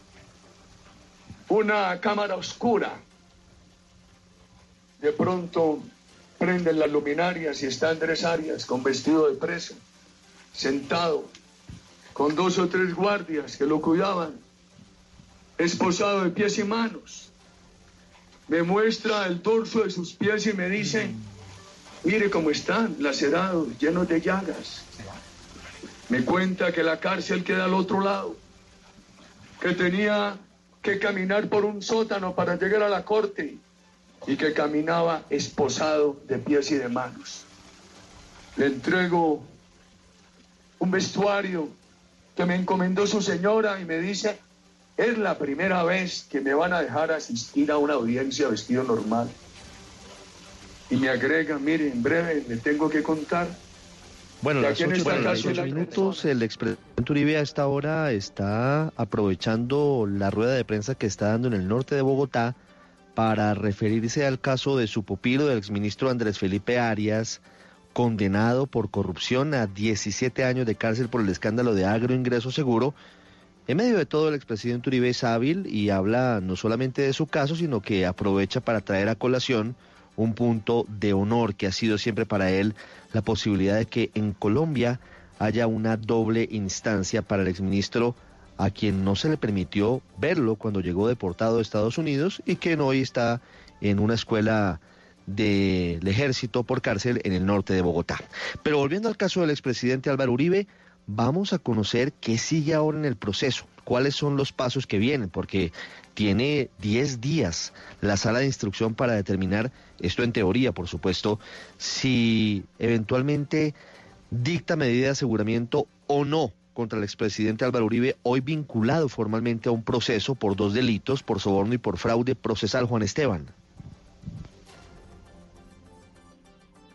Speaker 21: una cámara oscura. De pronto prenden las luminarias y está Andrés Arias con vestido de preso, sentado, con dos o tres guardias que lo cuidaban, esposado de pies y manos. Me muestra el torso de sus pies y me dice, mire cómo están, lacerados, llenos de llagas. Me cuenta que la cárcel queda al otro lado, que tenía que caminar por un sótano para llegar a la corte y que caminaba esposado de pies y de manos. Le entrego un vestuario que me encomendó su señora y me dice, es la primera vez que me van a dejar asistir a una audiencia vestido normal. Y me agrega, mire, en breve le tengo que contar.
Speaker 1: Bueno, las ocho minutos, el expresidente Uribe a esta hora está aprovechando la rueda de prensa que está dando en el norte de Bogotá para referirse al caso de su pupilo, del exministro Andrés Felipe Arias, condenado por corrupción a diecisiete años de cárcel por el escándalo de agroingreso seguro. En medio de todo, el expresidente Uribe es hábil y habla no solamente de su caso, sino que aprovecha para traer a colación un punto de honor que ha sido siempre para él la posibilidad de que en Colombia haya una doble instancia para el exministro, a quien no se le permitió verlo cuando llegó deportado de Estados Unidos y quien hoy está en una escuela del ejército por cárcel en el norte de Bogotá. Pero volviendo al caso del expresidente Álvaro Uribe, vamos a conocer qué sigue ahora en el proceso, cuáles son los pasos que vienen, porque tiene diez días la sala de instrucción para determinar, esto en teoría por supuesto, si eventualmente dicta medida de aseguramiento o no contra el expresidente Álvaro Uribe, hoy vinculado formalmente a un proceso por dos delitos, por soborno y por fraude procesal. Juan Esteban.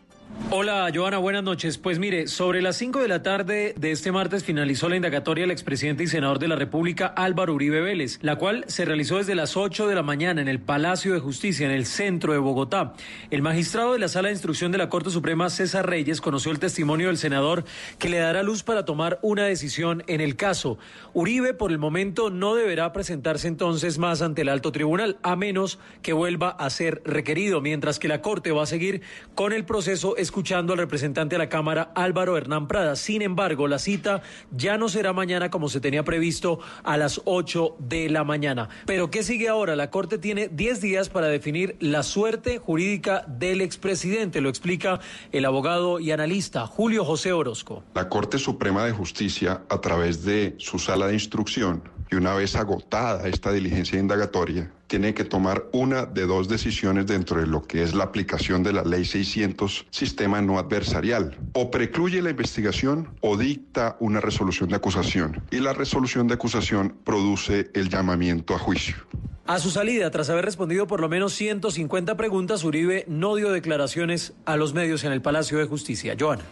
Speaker 2: Hola, Joana, buenas noches. Pues mire, sobre las cinco de la tarde de este martes finalizó la indagatoria del expresidente y senador de la República, Álvaro Uribe Vélez, la cual se realizó desde las ocho de la mañana en el Palacio de Justicia, en el centro de Bogotá. El magistrado de la Sala de Instrucción de la Corte Suprema, César Reyes, conoció el testimonio del senador que le dará luz para tomar una decisión en el caso. Uribe, por el momento, no deberá presentarse entonces más ante el alto tribunal, a menos que vuelva a ser requerido, mientras que la Corte va a seguir con el proceso escuchando escuchando al representante de la Cámara, Álvaro Hernán Prada. Sin embargo, la cita ya no será mañana como se tenía previsto a las ocho de la mañana. Pero ¿qué sigue ahora? La Corte tiene diez días para definir la suerte jurídica del expresidente, lo explica el abogado y analista Julio José Orozco.
Speaker 22: La Corte Suprema de Justicia, a través de su sala de instrucción, y una vez agotada esta diligencia indagatoria, tiene que tomar una de dos decisiones dentro de lo que es la aplicación de la Ley seiscientos, sistema no adversarial. O precluye la investigación o dicta una resolución de acusación. Y la resolución de acusación produce el llamamiento a juicio.
Speaker 2: A su salida, tras haber respondido por lo menos ciento cincuenta preguntas, Uribe no dio declaraciones a los medios en el Palacio de Justicia. Joana.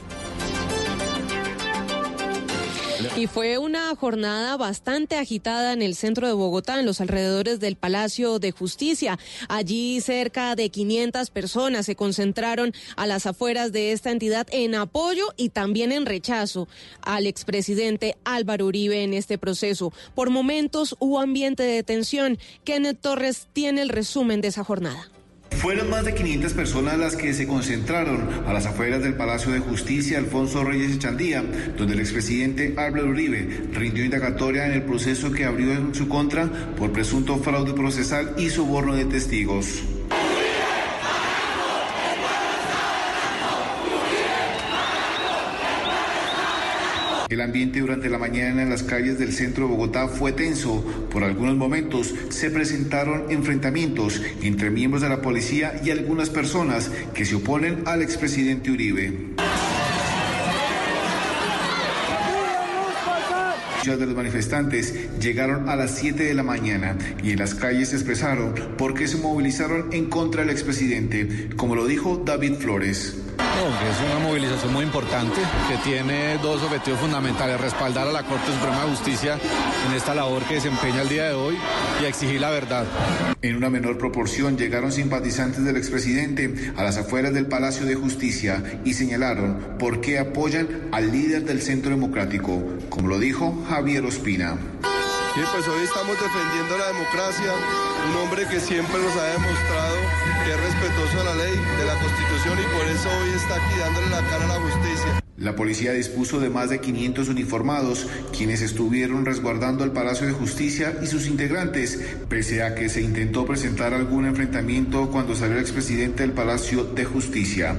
Speaker 3: Y fue una jornada bastante agitada en el centro de Bogotá, en los alrededores del Palacio de Justicia. Allí cerca de quinientas personas se concentraron a las afueras de esta entidad en apoyo y también en rechazo al expresidente Álvaro Uribe en este proceso. Por momentos hubo ambiente de tensión. Kenneth Torres tiene el resumen de esa jornada.
Speaker 23: Fueron más de quinientas personas las que se concentraron a las afueras del Palacio de Justicia Alfonso Reyes Echandía, donde el expresidente Álvaro Uribe rindió indagatoria en el proceso que abrió en su contra por presunto fraude procesal y soborno de testigos. El ambiente durante la mañana en las calles del centro de Bogotá fue tenso. Por algunos momentos se presentaron enfrentamientos entre miembros de la policía y algunas personas que se oponen al expresidente Uribe. Muchos de los manifestantes llegaron a las siete de la mañana y en las calles se expresaron por qué se movilizaron en contra del expresidente, como lo dijo David Flores.
Speaker 24: No, que es una movilización muy importante que tiene dos objetivos fundamentales: respaldar a la Corte Suprema de Justicia en esta labor que desempeña el día de hoy y exigir la verdad.
Speaker 23: En una menor proporción llegaron simpatizantes del expresidente a las afueras del Palacio de Justicia y señalaron por qué apoyan al líder del Centro Democrático, como lo dijo Javier Ospina.
Speaker 25: Sí, pues hoy estamos defendiendo la democracia, un hombre que siempre nos ha demostrado que es respetuoso de la ley, de la Constitución, y por eso hoy está aquí dándole la cara a la justicia.
Speaker 23: La policía dispuso de más de quinientos uniformados, quienes estuvieron resguardando el Palacio de Justicia y sus integrantes, pese a que se intentó presentar algún enfrentamiento cuando salió el expresidente del Palacio de Justicia.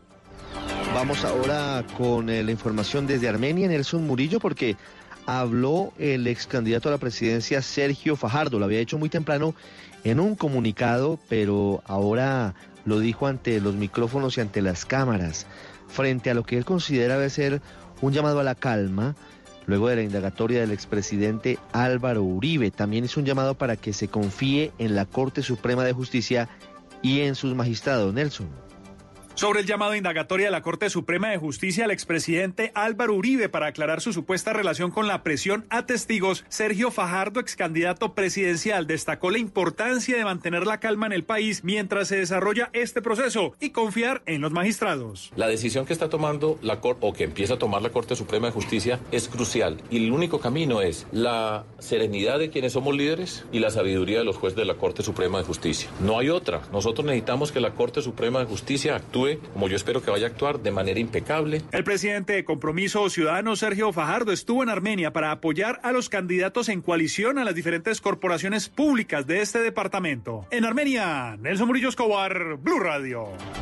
Speaker 1: Vamos ahora con eh, la información desde Armenia, Nelson Murillo, porque habló el ex candidato a la presidencia Sergio Fajardo. Lo había hecho muy temprano en un comunicado, pero ahora lo dijo ante los micrófonos y ante las cámaras, frente a lo que él considera debe ser un llamado a la calma, luego de la indagatoria del expresidente Álvaro Uribe. También hizo un llamado para que se confíe en la Corte Suprema de Justicia y en sus magistrados. Nelson.
Speaker 26: Sobre el llamado indagatoria de la Corte Suprema de Justicia al expresidente Álvaro Uribe para aclarar su supuesta relación con la presión a testigos, Sergio Fajardo, ex candidato presidencial, destacó la importancia de mantener la calma en el país mientras se desarrolla este proceso y confiar en los magistrados.
Speaker 27: La decisión que está tomando la Corte, o que empieza a tomar la Corte Suprema de Justicia, es crucial, y el único camino es la serenidad de quienes somos líderes y la sabiduría de los jueces de la Corte Suprema de Justicia. No hay otra. Nosotros necesitamos que la Corte Suprema de Justicia actúe como yo espero que vaya a actuar, de manera impecable.
Speaker 26: El presidente de Compromiso Ciudadano, Sergio Fajardo, estuvo en Armenia para apoyar a los candidatos en coalición a las diferentes corporaciones públicas de este departamento. En Armenia, Nelson Murillo Escobar, Blue Radio.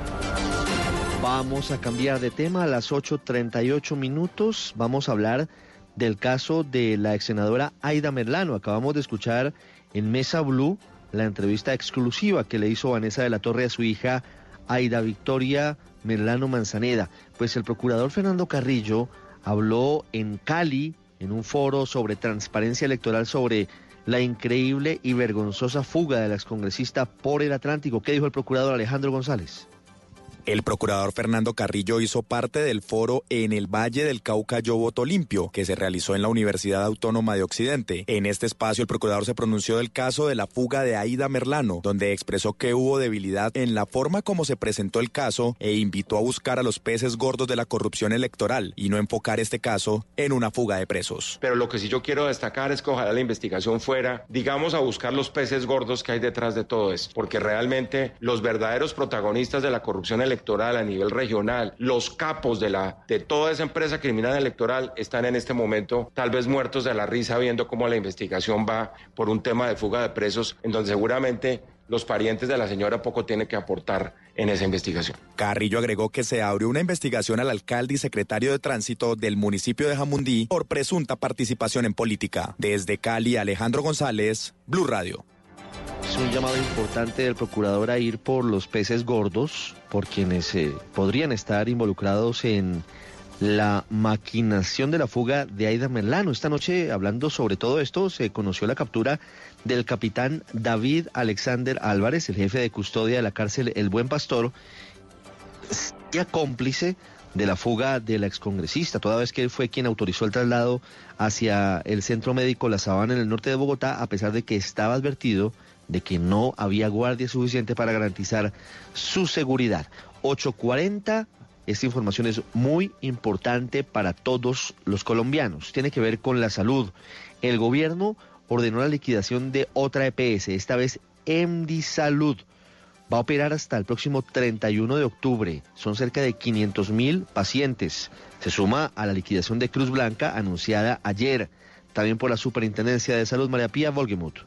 Speaker 1: Vamos a cambiar de tema a las ocho treinta y ocho minutos. Vamos a hablar del caso de la ex senadora Aida Merlano. Acabamos de escuchar en Mesa Blue la entrevista exclusiva que le hizo Vanessa de la Torre a su hija Aida Victoria Merlano Manzaneda. Pues el procurador Fernando Carrillo habló en Cali, en un foro sobre transparencia electoral, sobre la increíble y vergonzosa fuga de la excongresista por el Atlántico. ¿Qué dijo el procurador Alejandro González?
Speaker 4: El procurador Fernando Carrillo hizo parte del foro En el Valle del Cauca Yo Voto Limpio, que se realizó en la Universidad Autónoma de Occidente. En este espacio, el procurador se pronunció del caso de la fuga de Aida Merlano, donde expresó que hubo debilidad en la forma como se presentó el caso e invitó a buscar a los peces gordos de la corrupción electoral y no enfocar este caso en una fuga de presos.
Speaker 5: Pero lo que sí yo quiero destacar es que ojalá la investigación fuera, digamos, a buscar los peces gordos que hay detrás de todo esto, porque realmente los verdaderos protagonistas de la corrupción electoral a nivel regional, los capos de, la, de toda esa empresa criminal electoral están en este momento tal vez muertos de la risa viendo cómo la investigación va por un tema de fuga de presos, en donde seguramente los parientes de la señora poco tienen que aportar en esa investigación.
Speaker 4: Carrillo agregó que se abrió una investigación al alcalde y secretario de tránsito del municipio de Jamundí por presunta participación en política. Desde Cali, Alejandro González, Blue Radio.
Speaker 1: Es un llamado importante del procurador a ir por los peces gordos, por quienes eh, podrían estar involucrados en la maquinación de la fuga de Aida Merlano. Esta noche, hablando sobre todo esto, se conoció la captura del capitán David Alexander Álvarez, el jefe de custodia de la cárcel El Buen Pastor, ya cómplice de la fuga de la excongresista, toda vez que él fue quien autorizó el traslado hacia el Centro Médico La Sabana en el norte de Bogotá, a pesar de que estaba advertido de que no había guardia suficiente para garantizar su seguridad. ocho cuarenta, esta información es muy importante para todos los colombianos. Tiene que ver con la salud. El gobierno ordenó la liquidación de otra E P S, esta vez Emdisalud. Va a operar hasta el próximo treinta y uno de octubre. Son cerca de quinientos mil pacientes. Se suma a la liquidación de Cruz Blanca anunciada ayer, también por la Superintendencia de Salud, María Pía Volgemuth.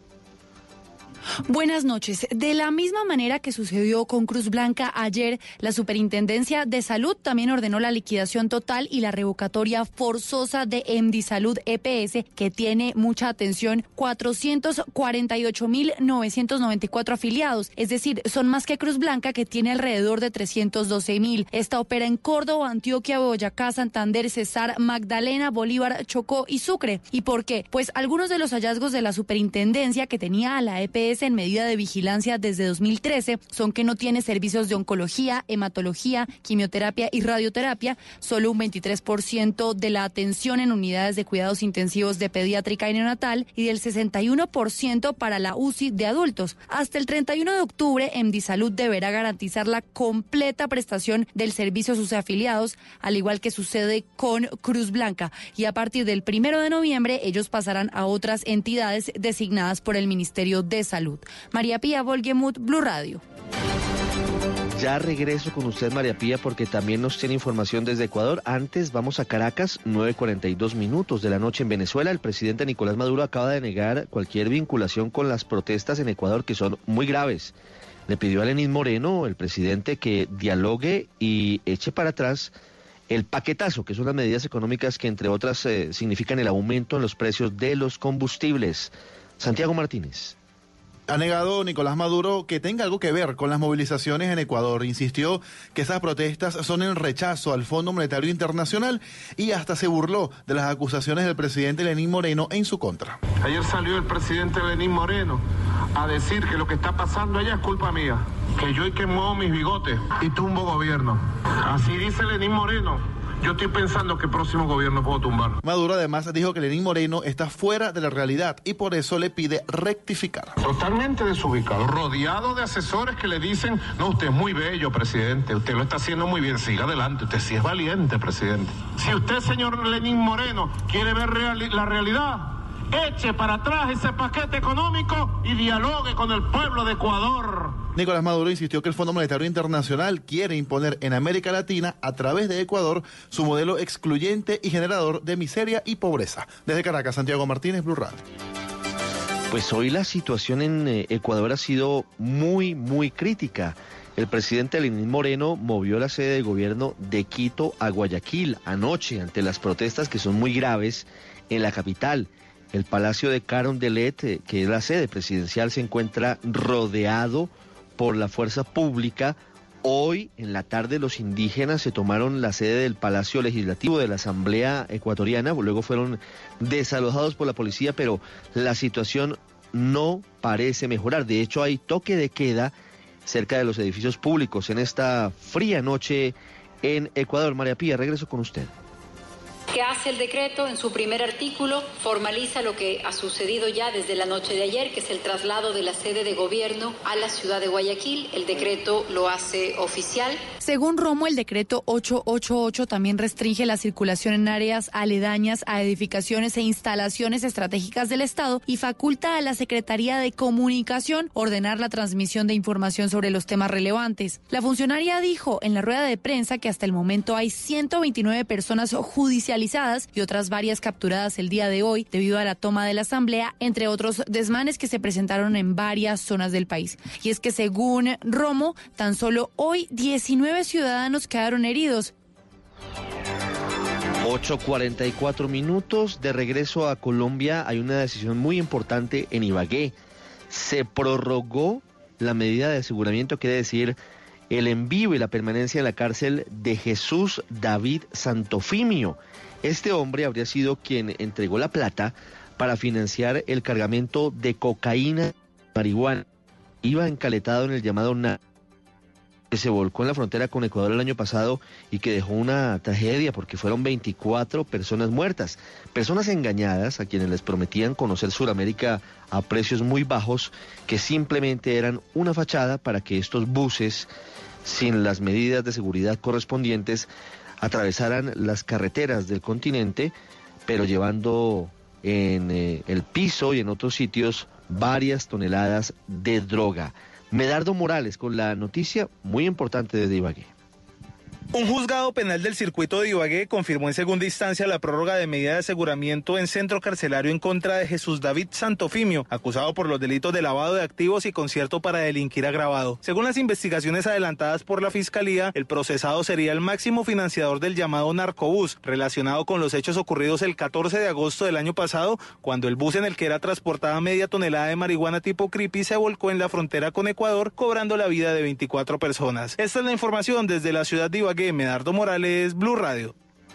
Speaker 6: Buenas noches. De la misma manera que sucedió con Cruz Blanca ayer, la Superintendencia de Salud también ordenó la liquidación total y la revocatoria forzosa de Emdisalud E P S, que tiene mucha atención, cuatrocientos cuarenta y ocho mil novecientos noventa y cuatro afiliados, es decir, son más que Cruz Blanca, que tiene alrededor de trescientos doce mil. Esta opera en Córdoba, Antioquia, Boyacá, Santander, Cesar, Magdalena, Bolívar, Chocó y Sucre. ¿Y por qué? Pues algunos de los hallazgos de la Superintendencia, que tenía a la E P S en medida de vigilancia desde dos mil trece, son que no tiene servicios de oncología, hematología, quimioterapia y radioterapia, solo un veintitrés por ciento de la atención en unidades de cuidados intensivos de pediátrica y neonatal y del sesenta y uno por ciento para la U C I de adultos. Hasta el treinta y uno de octubre, Emdisalud deberá garantizar la completa prestación del servicio a sus afiliados, al igual que sucede con Cruz Blanca, y a partir del primero de noviembre ellos pasarán a otras entidades designadas por el Ministerio de Salud. María Pía Volgemuth, Blue Radio.
Speaker 1: Ya regreso con usted, María Pía, porque también nos tiene información desde Ecuador. Antes vamos a Caracas, nueve cuarenta y dos minutos de la noche en Venezuela. El presidente Nicolás Maduro acaba de negar cualquier vinculación con las protestas en Ecuador, que son muy graves. Le pidió a Lenín Moreno, el presidente, que dialogue y eche para atrás el paquetazo, que son las medidas económicas que, entre otras, eh, significan el aumento en los precios de los combustibles. Santiago Martínez.
Speaker 7: Ha negado Nicolás Maduro que tenga algo que ver con las movilizaciones en Ecuador. Insistió que esas protestas son en rechazo al Fondo Monetario Internacional y hasta se burló de las acusaciones del presidente Lenín Moreno en su contra.
Speaker 8: Ayer salió el presidente Lenín Moreno a decir que lo que está pasando allá es culpa mía, que yo y que muevo mis bigotes y tumbo gobierno. Así dice Lenín Moreno. Yo estoy pensando que el próximo gobierno puedo tumbar.
Speaker 7: Maduro además dijo que Lenín Moreno está fuera de la realidad y por eso le pide rectificar.
Speaker 8: Totalmente desubicado, rodeado de asesores que le dicen, no, usted es muy bello, presidente, usted lo está haciendo muy bien, siga adelante, usted sí es valiente, presidente. Si usted, señor Lenín Moreno, quiere ver reali- la realidad, eche para atrás ese paquete económico y dialogue con el pueblo de Ecuador.
Speaker 7: Nicolás Maduro insistió que el Fondo Monetario Internacional quiere imponer en América Latina, a través de Ecuador, su modelo excluyente y generador de miseria y pobreza. Desde Caracas, Santiago Martínez, Blue Radio.
Speaker 1: Pues hoy la situación en eh, Ecuador ha sido muy, muy crítica. El presidente Lenín Moreno movió la sede de gobierno de Quito a Guayaquil anoche ante las protestas que son muy graves en la capital. El Palacio de Carondelet, eh, que es la sede presidencial, se encuentra rodeado por la fuerza pública. Hoy en la tarde los indígenas se tomaron la sede del Palacio Legislativo de la Asamblea Ecuatoriana, luego fueron desalojados por la policía, pero la situación no parece mejorar. De hecho, hay toque de queda cerca de los edificios públicos en esta fría noche en Ecuador. María Pía, regreso con usted.
Speaker 10: ¿Qué hace el decreto? En su primer artículo formaliza lo que ha sucedido ya desde la noche de ayer, que es el traslado de la sede de gobierno a la ciudad de Guayaquil. El decreto lo hace oficial.
Speaker 6: Según Romo, el decreto ochocientos ochenta y ocho también restringe la circulación en áreas aledañas a edificaciones e instalaciones estratégicas del Estado y faculta a la Secretaría de Comunicación ordenar la transmisión de información sobre los temas relevantes. La funcionaria dijo en la rueda de prensa que hasta el momento hay ciento veintinueve personas judicializadas y otras varias capturadas el día de hoy debido a la toma de la asamblea, entre otros desmanes que se presentaron en varias zonas del país. Y es que según Romo, tan solo hoy diecinueve ciudadanos quedaron heridos.
Speaker 1: ocho cuarenta y cuatro minutos, de regreso a Colombia. Hay una decisión muy importante en Ibagué. Se prorrogó la medida de aseguramiento, quiere decir el envío y la permanencia en la cárcel de Jesús David Santofimio. Este hombre habría sido quien entregó la plata para financiar el cargamento de cocaína y marihuana. Iba encaletado en el llamado N, que se volcó en la frontera con Ecuador el año pasado y que dejó una tragedia porque fueron veinticuatro personas muertas, personas engañadas a quienes les prometían conocer Sudamérica a precios muy bajos, que simplemente eran una fachada para que estos buses, sin las medidas de seguridad correspondientes, atravesaran las carreteras del continente, pero llevando en eh, el piso y en otros sitios varias toneladas de droga. Medardo Morales con la noticia muy importante de Ibagué.
Speaker 11: Un juzgado penal del circuito de Ibagué confirmó en segunda instancia la prórroga de medida de aseguramiento en centro carcelario en contra de Jesús David Santofimio, acusado por los delitos de lavado de activos y concierto para delinquir agravado. Según las investigaciones adelantadas por la Fiscalía, el procesado sería el máximo financiador del llamado narcobús, relacionado con los hechos ocurridos el catorce de agosto del año pasado, cuando el bus en el que era transportada media tonelada de marihuana tipo creepy se volcó en la frontera con Ecuador, cobrando la vida de veinticuatro personas. Esta es la información desde la ciudad de Ibagué. Medardo Morales, Blue Radio.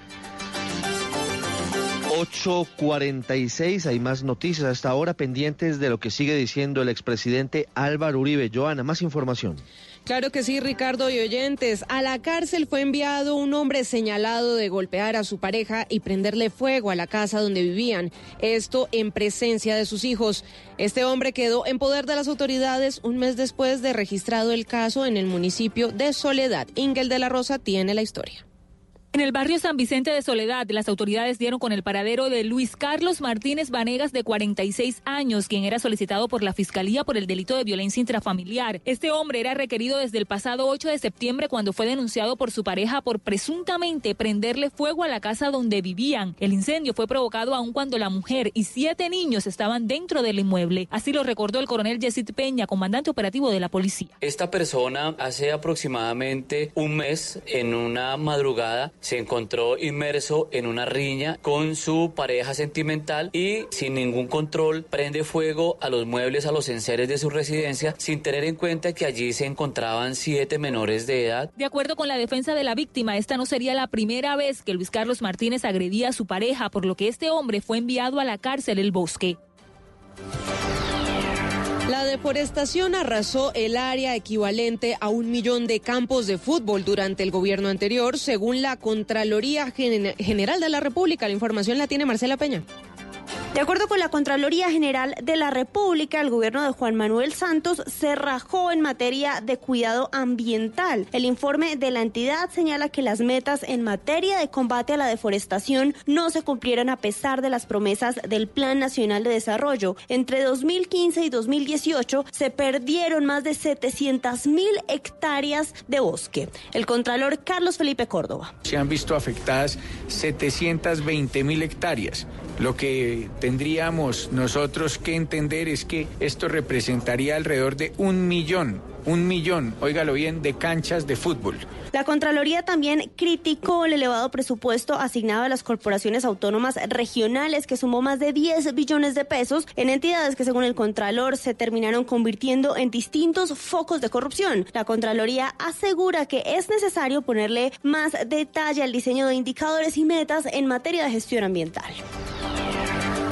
Speaker 1: ocho cuarenta y seis, hay más noticias hasta ahora pendientes de lo que sigue diciendo el expresidente Álvaro Uribe. Joana, más información.
Speaker 3: Claro que sí, Ricardo y oyentes. A la cárcel fue enviado un hombre señalado de golpear a su pareja y prenderle fuego a la casa donde vivían. Esto en presencia de sus hijos. Este hombre quedó en poder de las autoridades un mes después de registrado el caso en el municipio de Soledad. Ingel de la Rosa tiene la historia.
Speaker 12: En el barrio San Vicente de Soledad, las autoridades dieron con el paradero de Luis Carlos Martínez Vanegas, de cuarenta y seis años, quien era solicitado por la Fiscalía por el delito de violencia intrafamiliar. Este hombre era requerido desde el pasado ocho de septiembre, cuando fue denunciado por su pareja por presuntamente prenderle fuego a la casa donde vivían. El incendio fue provocado aun cuando la mujer y siete niños estaban dentro del inmueble. Así lo recordó el coronel Yesid Peña, comandante operativo de la policía.
Speaker 13: Esta persona hace aproximadamente un mes, en una madrugada, se encontró inmerso en una riña con su pareja sentimental y sin ningún control prende fuego a los muebles, a los enseres de su residencia, sin tener en cuenta que allí se encontraban siete menores de edad.
Speaker 12: De acuerdo con la defensa de la víctima, esta no sería la primera vez que Luis Carlos Martínez agredía a su pareja, por lo que este hombre fue enviado a la cárcel El Bosque.
Speaker 3: La deforestación arrasó el área equivalente a un millón de campos de fútbol durante el gobierno anterior, según la Contraloría General de la República. La información la tiene Marcela Peña.
Speaker 15: De acuerdo con la Contraloría General de la República, el gobierno de Juan Manuel Santos se rajó en materia de cuidado ambiental. El informe de la entidad señala que las metas en materia de combate a la deforestación no se cumplieron a pesar de las promesas del Plan Nacional de Desarrollo. Entre dos mil quince y dos mil dieciocho se perdieron más de setecientas mil hectáreas de bosque. El contralor Carlos Felipe Córdoba.
Speaker 16: Se han visto afectadas setecientas veinte mil hectáreas. Lo que tendríamos nosotros que entender es que esto representaría alrededor de un millón, un millón, óigalo bien, de canchas de fútbol.
Speaker 15: La Contraloría también criticó el elevado presupuesto asignado a las corporaciones autónomas regionales, que sumó más de diez billones de pesos en entidades que, según el Contralor, se terminaron convirtiendo en distintos focos de corrupción. La Contraloría asegura que es necesario ponerle más detalle al diseño de indicadores y metas en materia de gestión ambiental.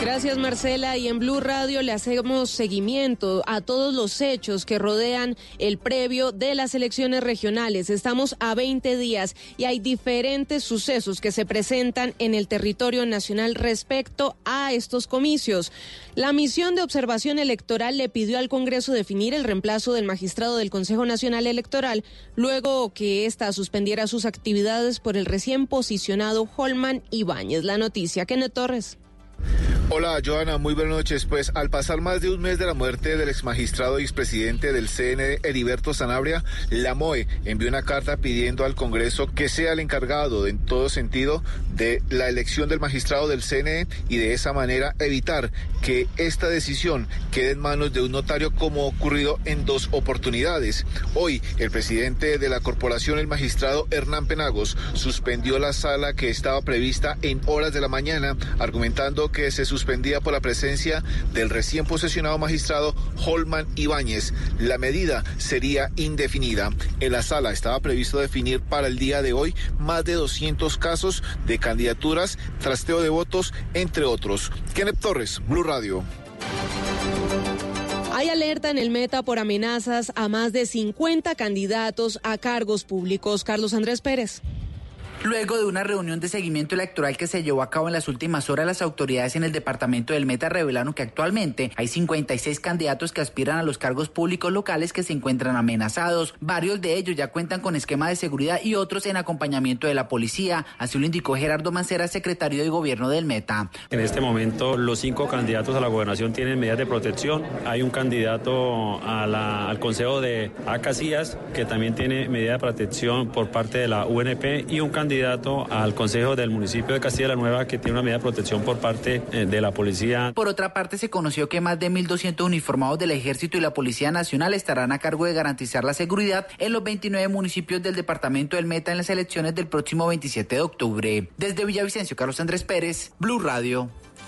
Speaker 3: Gracias, Marcela. Y en Blue Radio le hacemos seguimiento a todos los hechos que rodean el previo de las elecciones regionales. Estamos a veinte días y hay diferentes sucesos que se presentan en el territorio nacional respecto a estos comicios. La misión de observación electoral le pidió al Congreso definir el reemplazo del magistrado del Consejo Nacional Electoral luego que ésta suspendiera sus actividades por el recién posicionado Holman Ibáñez. La noticia, Kenneth Torres.
Speaker 9: Hola, Joana, muy buenas noches. Pues al pasar más de un mes de la muerte del exmagistrado y expresidente del C N E, Heriberto Sanabria, la M O E envió una carta pidiendo al Congreso que sea el encargado en todo sentido de la elección del magistrado del C N E y de esa manera evitar que esta decisión quede en manos de un notario como ha ocurrido en dos oportunidades. Hoy, el presidente de la corporación, el magistrado Hernán Penagos, suspendió la sala que estaba prevista en horas de la mañana, argumentando que se suspendía por la presencia del recién posesionado magistrado Holman Ibáñez. La medida sería indefinida. En la sala estaba previsto definir para el día de hoy más de doscientos casos de candidaturas, trasteo de votos, entre otros. Kenneth Torres, Blue Radio.
Speaker 3: Hay alerta en el Meta por amenazas a más de cincuenta candidatos a cargos públicos. Carlos Andrés Pérez.
Speaker 14: Luego de una reunión de seguimiento electoral que se llevó a cabo en las últimas horas, las autoridades en el departamento del Meta revelaron que actualmente hay cincuenta y seis candidatos que aspiran a los cargos públicos locales que se encuentran amenazados. Varios de ellos ya cuentan con esquema de seguridad y otros en acompañamiento de la policía. Así lo indicó Gerardo Mancera, secretario de Gobierno del Meta.
Speaker 17: En este momento, los cinco candidatos a la gobernación tienen medidas de protección. Hay un candidato a la, al Consejo de Acacías que también tiene medida de protección por parte de la U N P y un candidato candidato al Consejo del municipio de Castilla la Nueva que tiene una medida de protección por parte eh, de la policía.
Speaker 14: Por otra parte, se conoció que más de mil doscientos uniformados del Ejército y la Policía Nacional estarán a cargo de garantizar la seguridad en los veintinueve municipios del departamento del Meta en las elecciones del próximo veintisiete de octubre. Desde Villavicencio, Carlos Andrés Pérez, Blue Radio.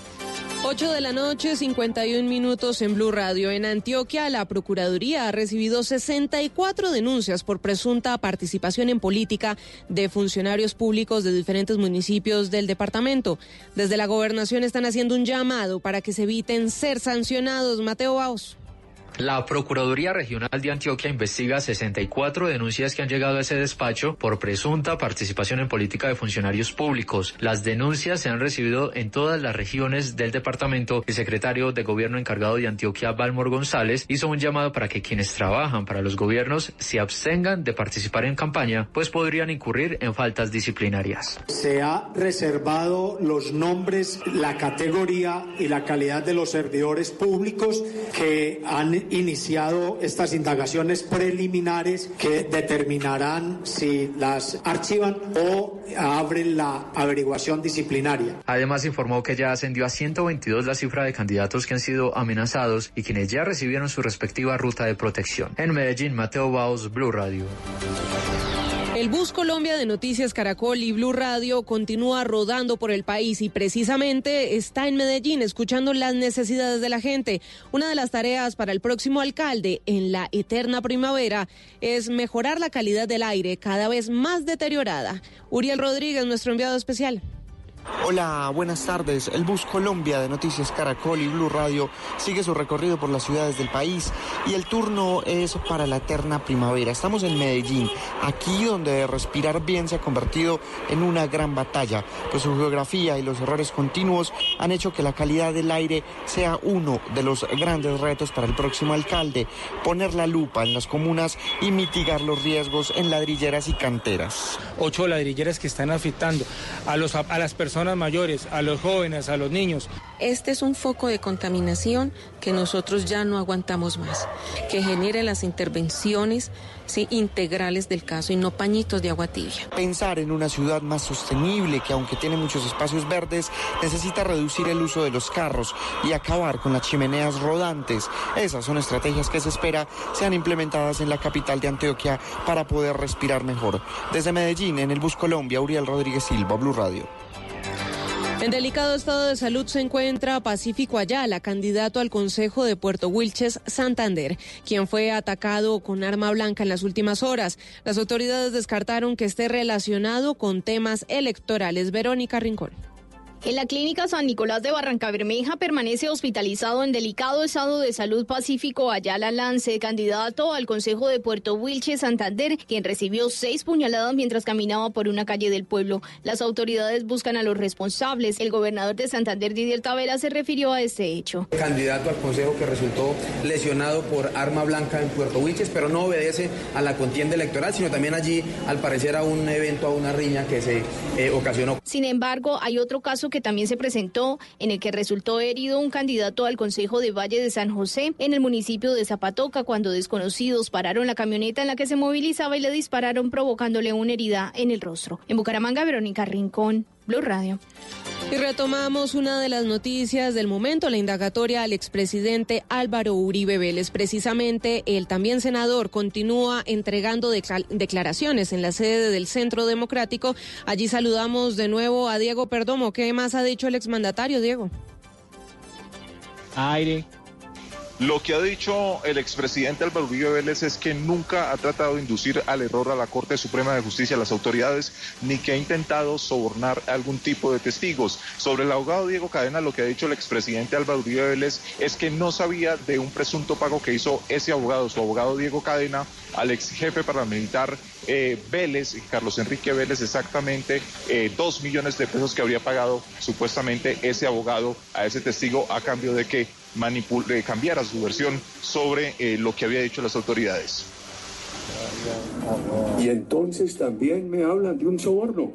Speaker 3: ocho de la noche, cincuenta y un minutos en Blue Radio. En Antioquia, la Procuraduría ha recibido sesenta y cuatro denuncias por presunta participación en política de funcionarios públicos de diferentes municipios del departamento. Desde la gobernación están haciendo un llamado para que se eviten ser sancionados. Mateo Baos.
Speaker 18: La Procuraduría Regional de Antioquia investiga sesenta y cuatro denuncias que han llegado a ese despacho por presunta participación en política de funcionarios públicos. Las denuncias se han recibido en todas las regiones del departamento. El secretario de Gobierno encargado de Antioquia, Balmor González, hizo un llamado para que quienes trabajan para los gobiernos se abstengan de participar en campaña, pues podrían incurrir en faltas disciplinarias.
Speaker 19: Se ha reservado los nombres, la categoría y la calidad de los servidores públicos que han iniciado estas indagaciones preliminares que determinarán si las archivan o abren la averiguación disciplinaria.
Speaker 18: Además, informó que ya ascendió a ciento veintidós la cifra de candidatos que han sido amenazados y quienes ya recibieron su respectiva ruta de protección. En Medellín, Mateo Baos, Blue Radio.
Speaker 3: El Bus Colombia de Noticias Caracol y Blue Radio continúa rodando por el país y precisamente está en Medellín escuchando las necesidades de la gente. Una de las tareas para el próximo alcalde en la eterna primavera es mejorar la calidad del aire cada vez más deteriorada. Uriel Rodríguez, nuestro enviado especial.
Speaker 20: Hola, buenas tardes. El Bus Colombia de Noticias Caracol y Blue Radio sigue su recorrido por las ciudades del país y el turno es para la eterna primavera. Estamos en Medellín, aquí donde respirar bien se ha convertido en una gran batalla, pues su geografía y los errores continuos han hecho que la calidad del aire sea uno de los grandes retos para el próximo alcalde, poner la lupa en las comunas y mitigar los riesgos en ladrilleras y canteras.
Speaker 21: Ocho ladrilleras que están afectando a, los, a las personas personas mayores, a los jóvenes, a los niños.
Speaker 28: Este es un foco de contaminación que nosotros ya no aguantamos más, que genere las intervenciones sí, integrales del caso y no pañitos de agua tibia.
Speaker 20: Pensar en una ciudad más sostenible que aunque tiene muchos espacios verdes, necesita reducir el uso de los carros y acabar con las chimeneas rodantes. Esas son estrategias que se espera sean implementadas en la capital de Antioquia para poder respirar mejor. Desde Medellín, en el Bus Colombia, Uriel Rodríguez Silva, Blue Radio.
Speaker 3: En delicado estado de salud se encuentra Pacífico Ayala, candidato al Consejo de Puerto Wilches, Santander, quien fue atacado con arma blanca en las últimas horas. Las autoridades descartaron que esté relacionado con temas electorales. Verónica Rincón.
Speaker 2: En la clínica San Nicolás de Barrancabermeja permanece hospitalizado en delicado estado de salud Pacífico Ayala Lance, candidato al Consejo de Puerto Wilches, Santander, quien recibió seis puñaladas mientras caminaba por una calle del pueblo. Las autoridades buscan a los responsables. El gobernador de Santander, Didier Tavera, se refirió a este hecho.
Speaker 5: Candidato al Consejo que resultó lesionado por arma blanca en Puerto Wilches, pero no obedece a la contienda electoral, sino también allí, al parecer, a un evento, a una riña que se eh, ocasionó.
Speaker 2: Sin embargo, hay otro caso que también se presentó, en el que resultó herido un candidato al Consejo de Valle de San José, en el municipio de Zapatoca, cuando desconocidos pararon la camioneta en la que se movilizaba y le dispararon, provocándole una herida en el rostro. En Bucaramanga, Verónica Rincón, Blue Radio.
Speaker 3: Y retomamos una de las noticias del momento, la indagatoria al expresidente Álvaro Uribe Vélez. Precisamente el también senador continúa entregando declaraciones en la sede del Centro Democrático. Allí saludamos de nuevo a Diego Perdomo. ¿Qué más ha dicho el exmandatario, Diego?
Speaker 22: Aire.
Speaker 23: Lo que ha dicho el expresidente Álvaro Uribe Vélez es que nunca ha tratado de inducir al error a la Corte Suprema de Justicia, a las autoridades, ni que ha intentado sobornar algún tipo de testigos. Sobre el abogado Diego Cadena, lo que ha dicho el expresidente Álvaro Uribe Vélez es que no sabía de un presunto pago que hizo ese abogado, su abogado Diego Cadena, al ex jefe paramilitar eh, Vélez, Carlos Enrique Vélez, exactamente eh, dos millones de pesos que habría pagado supuestamente ese abogado a ese testigo a cambio de que manipul eh, cambiara su versión sobre eh, lo que había dicho las autoridades.
Speaker 24: Y entonces también me hablan de un soborno.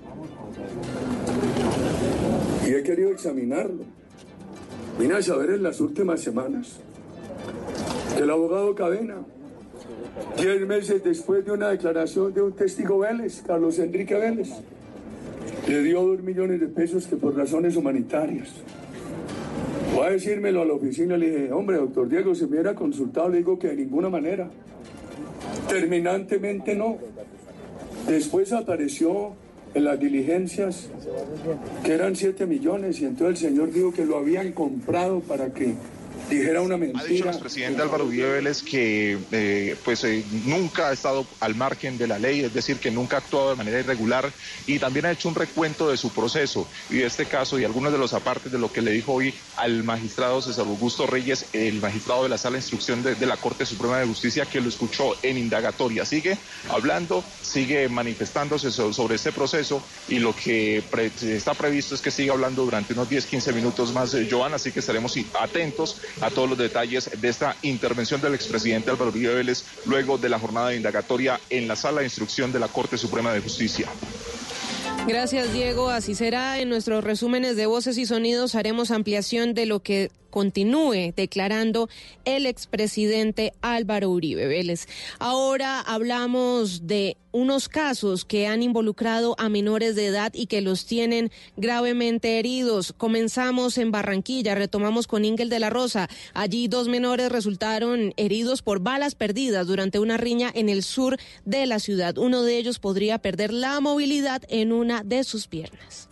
Speaker 24: Y he querido examinarlo. Vine a saber en las últimas semanas que el abogado Cadena, diez meses después de una declaración de un testigo Vélez, Carlos Enrique Vélez, le dio dos millones de pesos que por razones humanitarias. Voy a decírmelo a la oficina, le dije, hombre, doctor Diego, si me hubiera consultado, le digo que de ninguna manera. Terminantemente no. Después apareció en las diligencias que eran siete millones y entonces el señor dijo que lo habían comprado para que dijera una mentira.
Speaker 23: Ha dicho el expresidente Álvaro Uribe Vélez que eh, pues eh, nunca ha estado al margen de la ley, es decir, que nunca ha actuado de manera irregular, y también ha hecho un recuento de su proceso y de este caso y algunos de los apartes de lo que le dijo hoy al magistrado César Augusto Reyes, el magistrado de la Sala de Instrucción de, de la Corte Suprema de Justicia, que lo escuchó en indagatoria. Sigue hablando, sigue manifestándose sobre, sobre este proceso, y lo que pre, está previsto es que siga hablando durante unos diez, quince minutos más, eh, Joan, así que estaremos atentos a todos los detalles de esta intervención del expresidente Álvaro Uribe Vélez luego de la jornada de indagatoria en la Sala de Instrucción de la Corte Suprema de Justicia.
Speaker 3: Gracias, Diego. Así será. En nuestros resúmenes de voces y sonidos haremos ampliación de lo que continúe declarando el expresidente Álvaro Uribe Vélez. Ahora hablamos de unos casos que han involucrado a menores de edad y que los tienen gravemente heridos. Comenzamos en Barranquilla, retomamos con Ingel de la Rosa. Allí dos menores resultaron heridos por balas perdidas durante una riña en el sur de la ciudad. Uno de ellos podría perder la movilidad en una de sus piernas.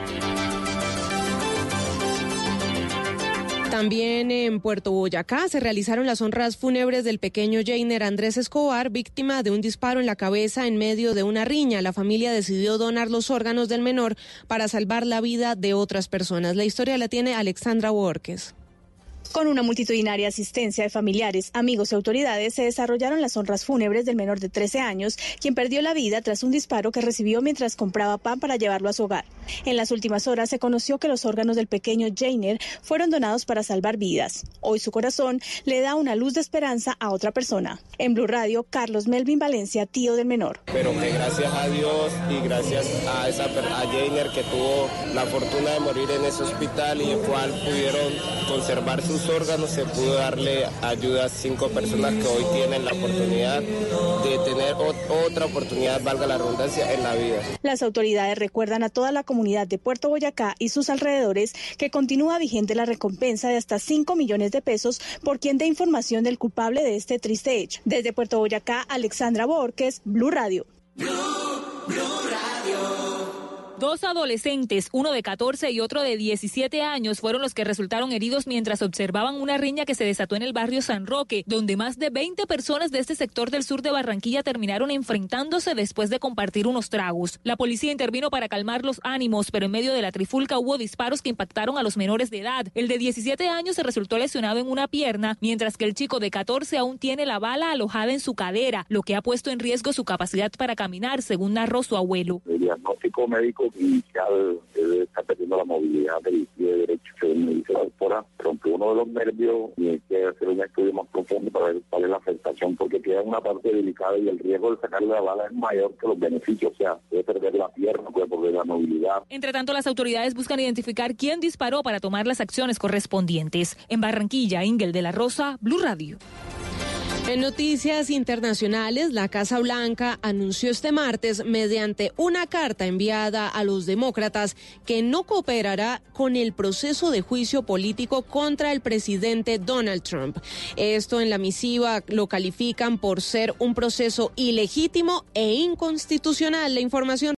Speaker 3: También en Puerto Boyacá se realizaron las honras fúnebres del pequeño Jainer Andrés Escobar, víctima de un disparo en la cabeza en medio de una riña. La familia decidió donar los órganos del menor para salvar la vida de otras personas. La historia la tiene Alexandra Borges.
Speaker 2: Con una multitudinaria asistencia de familiares, amigos y autoridades, se desarrollaron las honras fúnebres del menor de trece años, quien perdió la vida tras un disparo que recibió mientras compraba pan para llevarlo a su hogar. En las últimas horas se conoció que los órganos del pequeño Jainer fueron donados para salvar vidas. Hoy su corazón le da una luz de esperanza a otra persona. En Blue Radio, Carlos Melvin Valencia, tío del menor.
Speaker 25: Pero que gracias a Dios y gracias a, esa, a Jainer, que tuvo la fortuna de morir en ese hospital y el cual pudieron conservar sus órganos, se pudo darle ayuda a cinco personas que hoy tienen la oportunidad de tener otra oportunidad, valga la redundancia, en la vida.
Speaker 2: Las autoridades recuerdan a toda la comunidad de Puerto Boyacá y sus alrededores que continúa vigente la recompensa de hasta cinco millones de pesos por quien dé información del culpable de este triste hecho. Desde Puerto Boyacá, Alexandra Borges, Blue Radio.
Speaker 26: Blue, Blue Radio.
Speaker 12: Dos adolescentes, uno de catorce y otro de diecisiete años, fueron los que resultaron heridos mientras observaban una riña que se desató en el barrio San Roque, donde más de veinte personas de este sector del sur de Barranquilla terminaron enfrentándose después de compartir unos tragos. La policía intervino para calmar los ánimos, pero en medio de la trifulca hubo disparos que impactaron a los menores de edad. El de diecisiete años se resultó lesionado en una pierna, mientras que el chico de catorce aún tiene la bala alojada en su cadera, lo que ha puesto en riesgo su capacidad para caminar, según narró su abuelo.
Speaker 4: El diagnóstico médico inicial debe estar perdiendo la movilidad del pie derecho, que me dice la doctora, rompió uno de los nervios y hay que hacer un estudio más profundo para ver cuál es la afectación, porque queda en una parte delicada y el riesgo de sacarle la bala es mayor que los beneficios, o sea, puede perder la pierna, puede perder la movilidad.
Speaker 12: Entre tanto, las autoridades buscan identificar quién disparó para tomar las acciones correspondientes. En Barranquilla, Ingel de la Rosa, Blue Radio.
Speaker 3: En noticias internacionales, la Casa Blanca anunció este martes, mediante una carta enviada a los demócratas, que no cooperará con el proceso de juicio político contra el presidente Donald Trump. Esto en la misiva lo califican por ser un proceso ilegítimo e inconstitucional. La información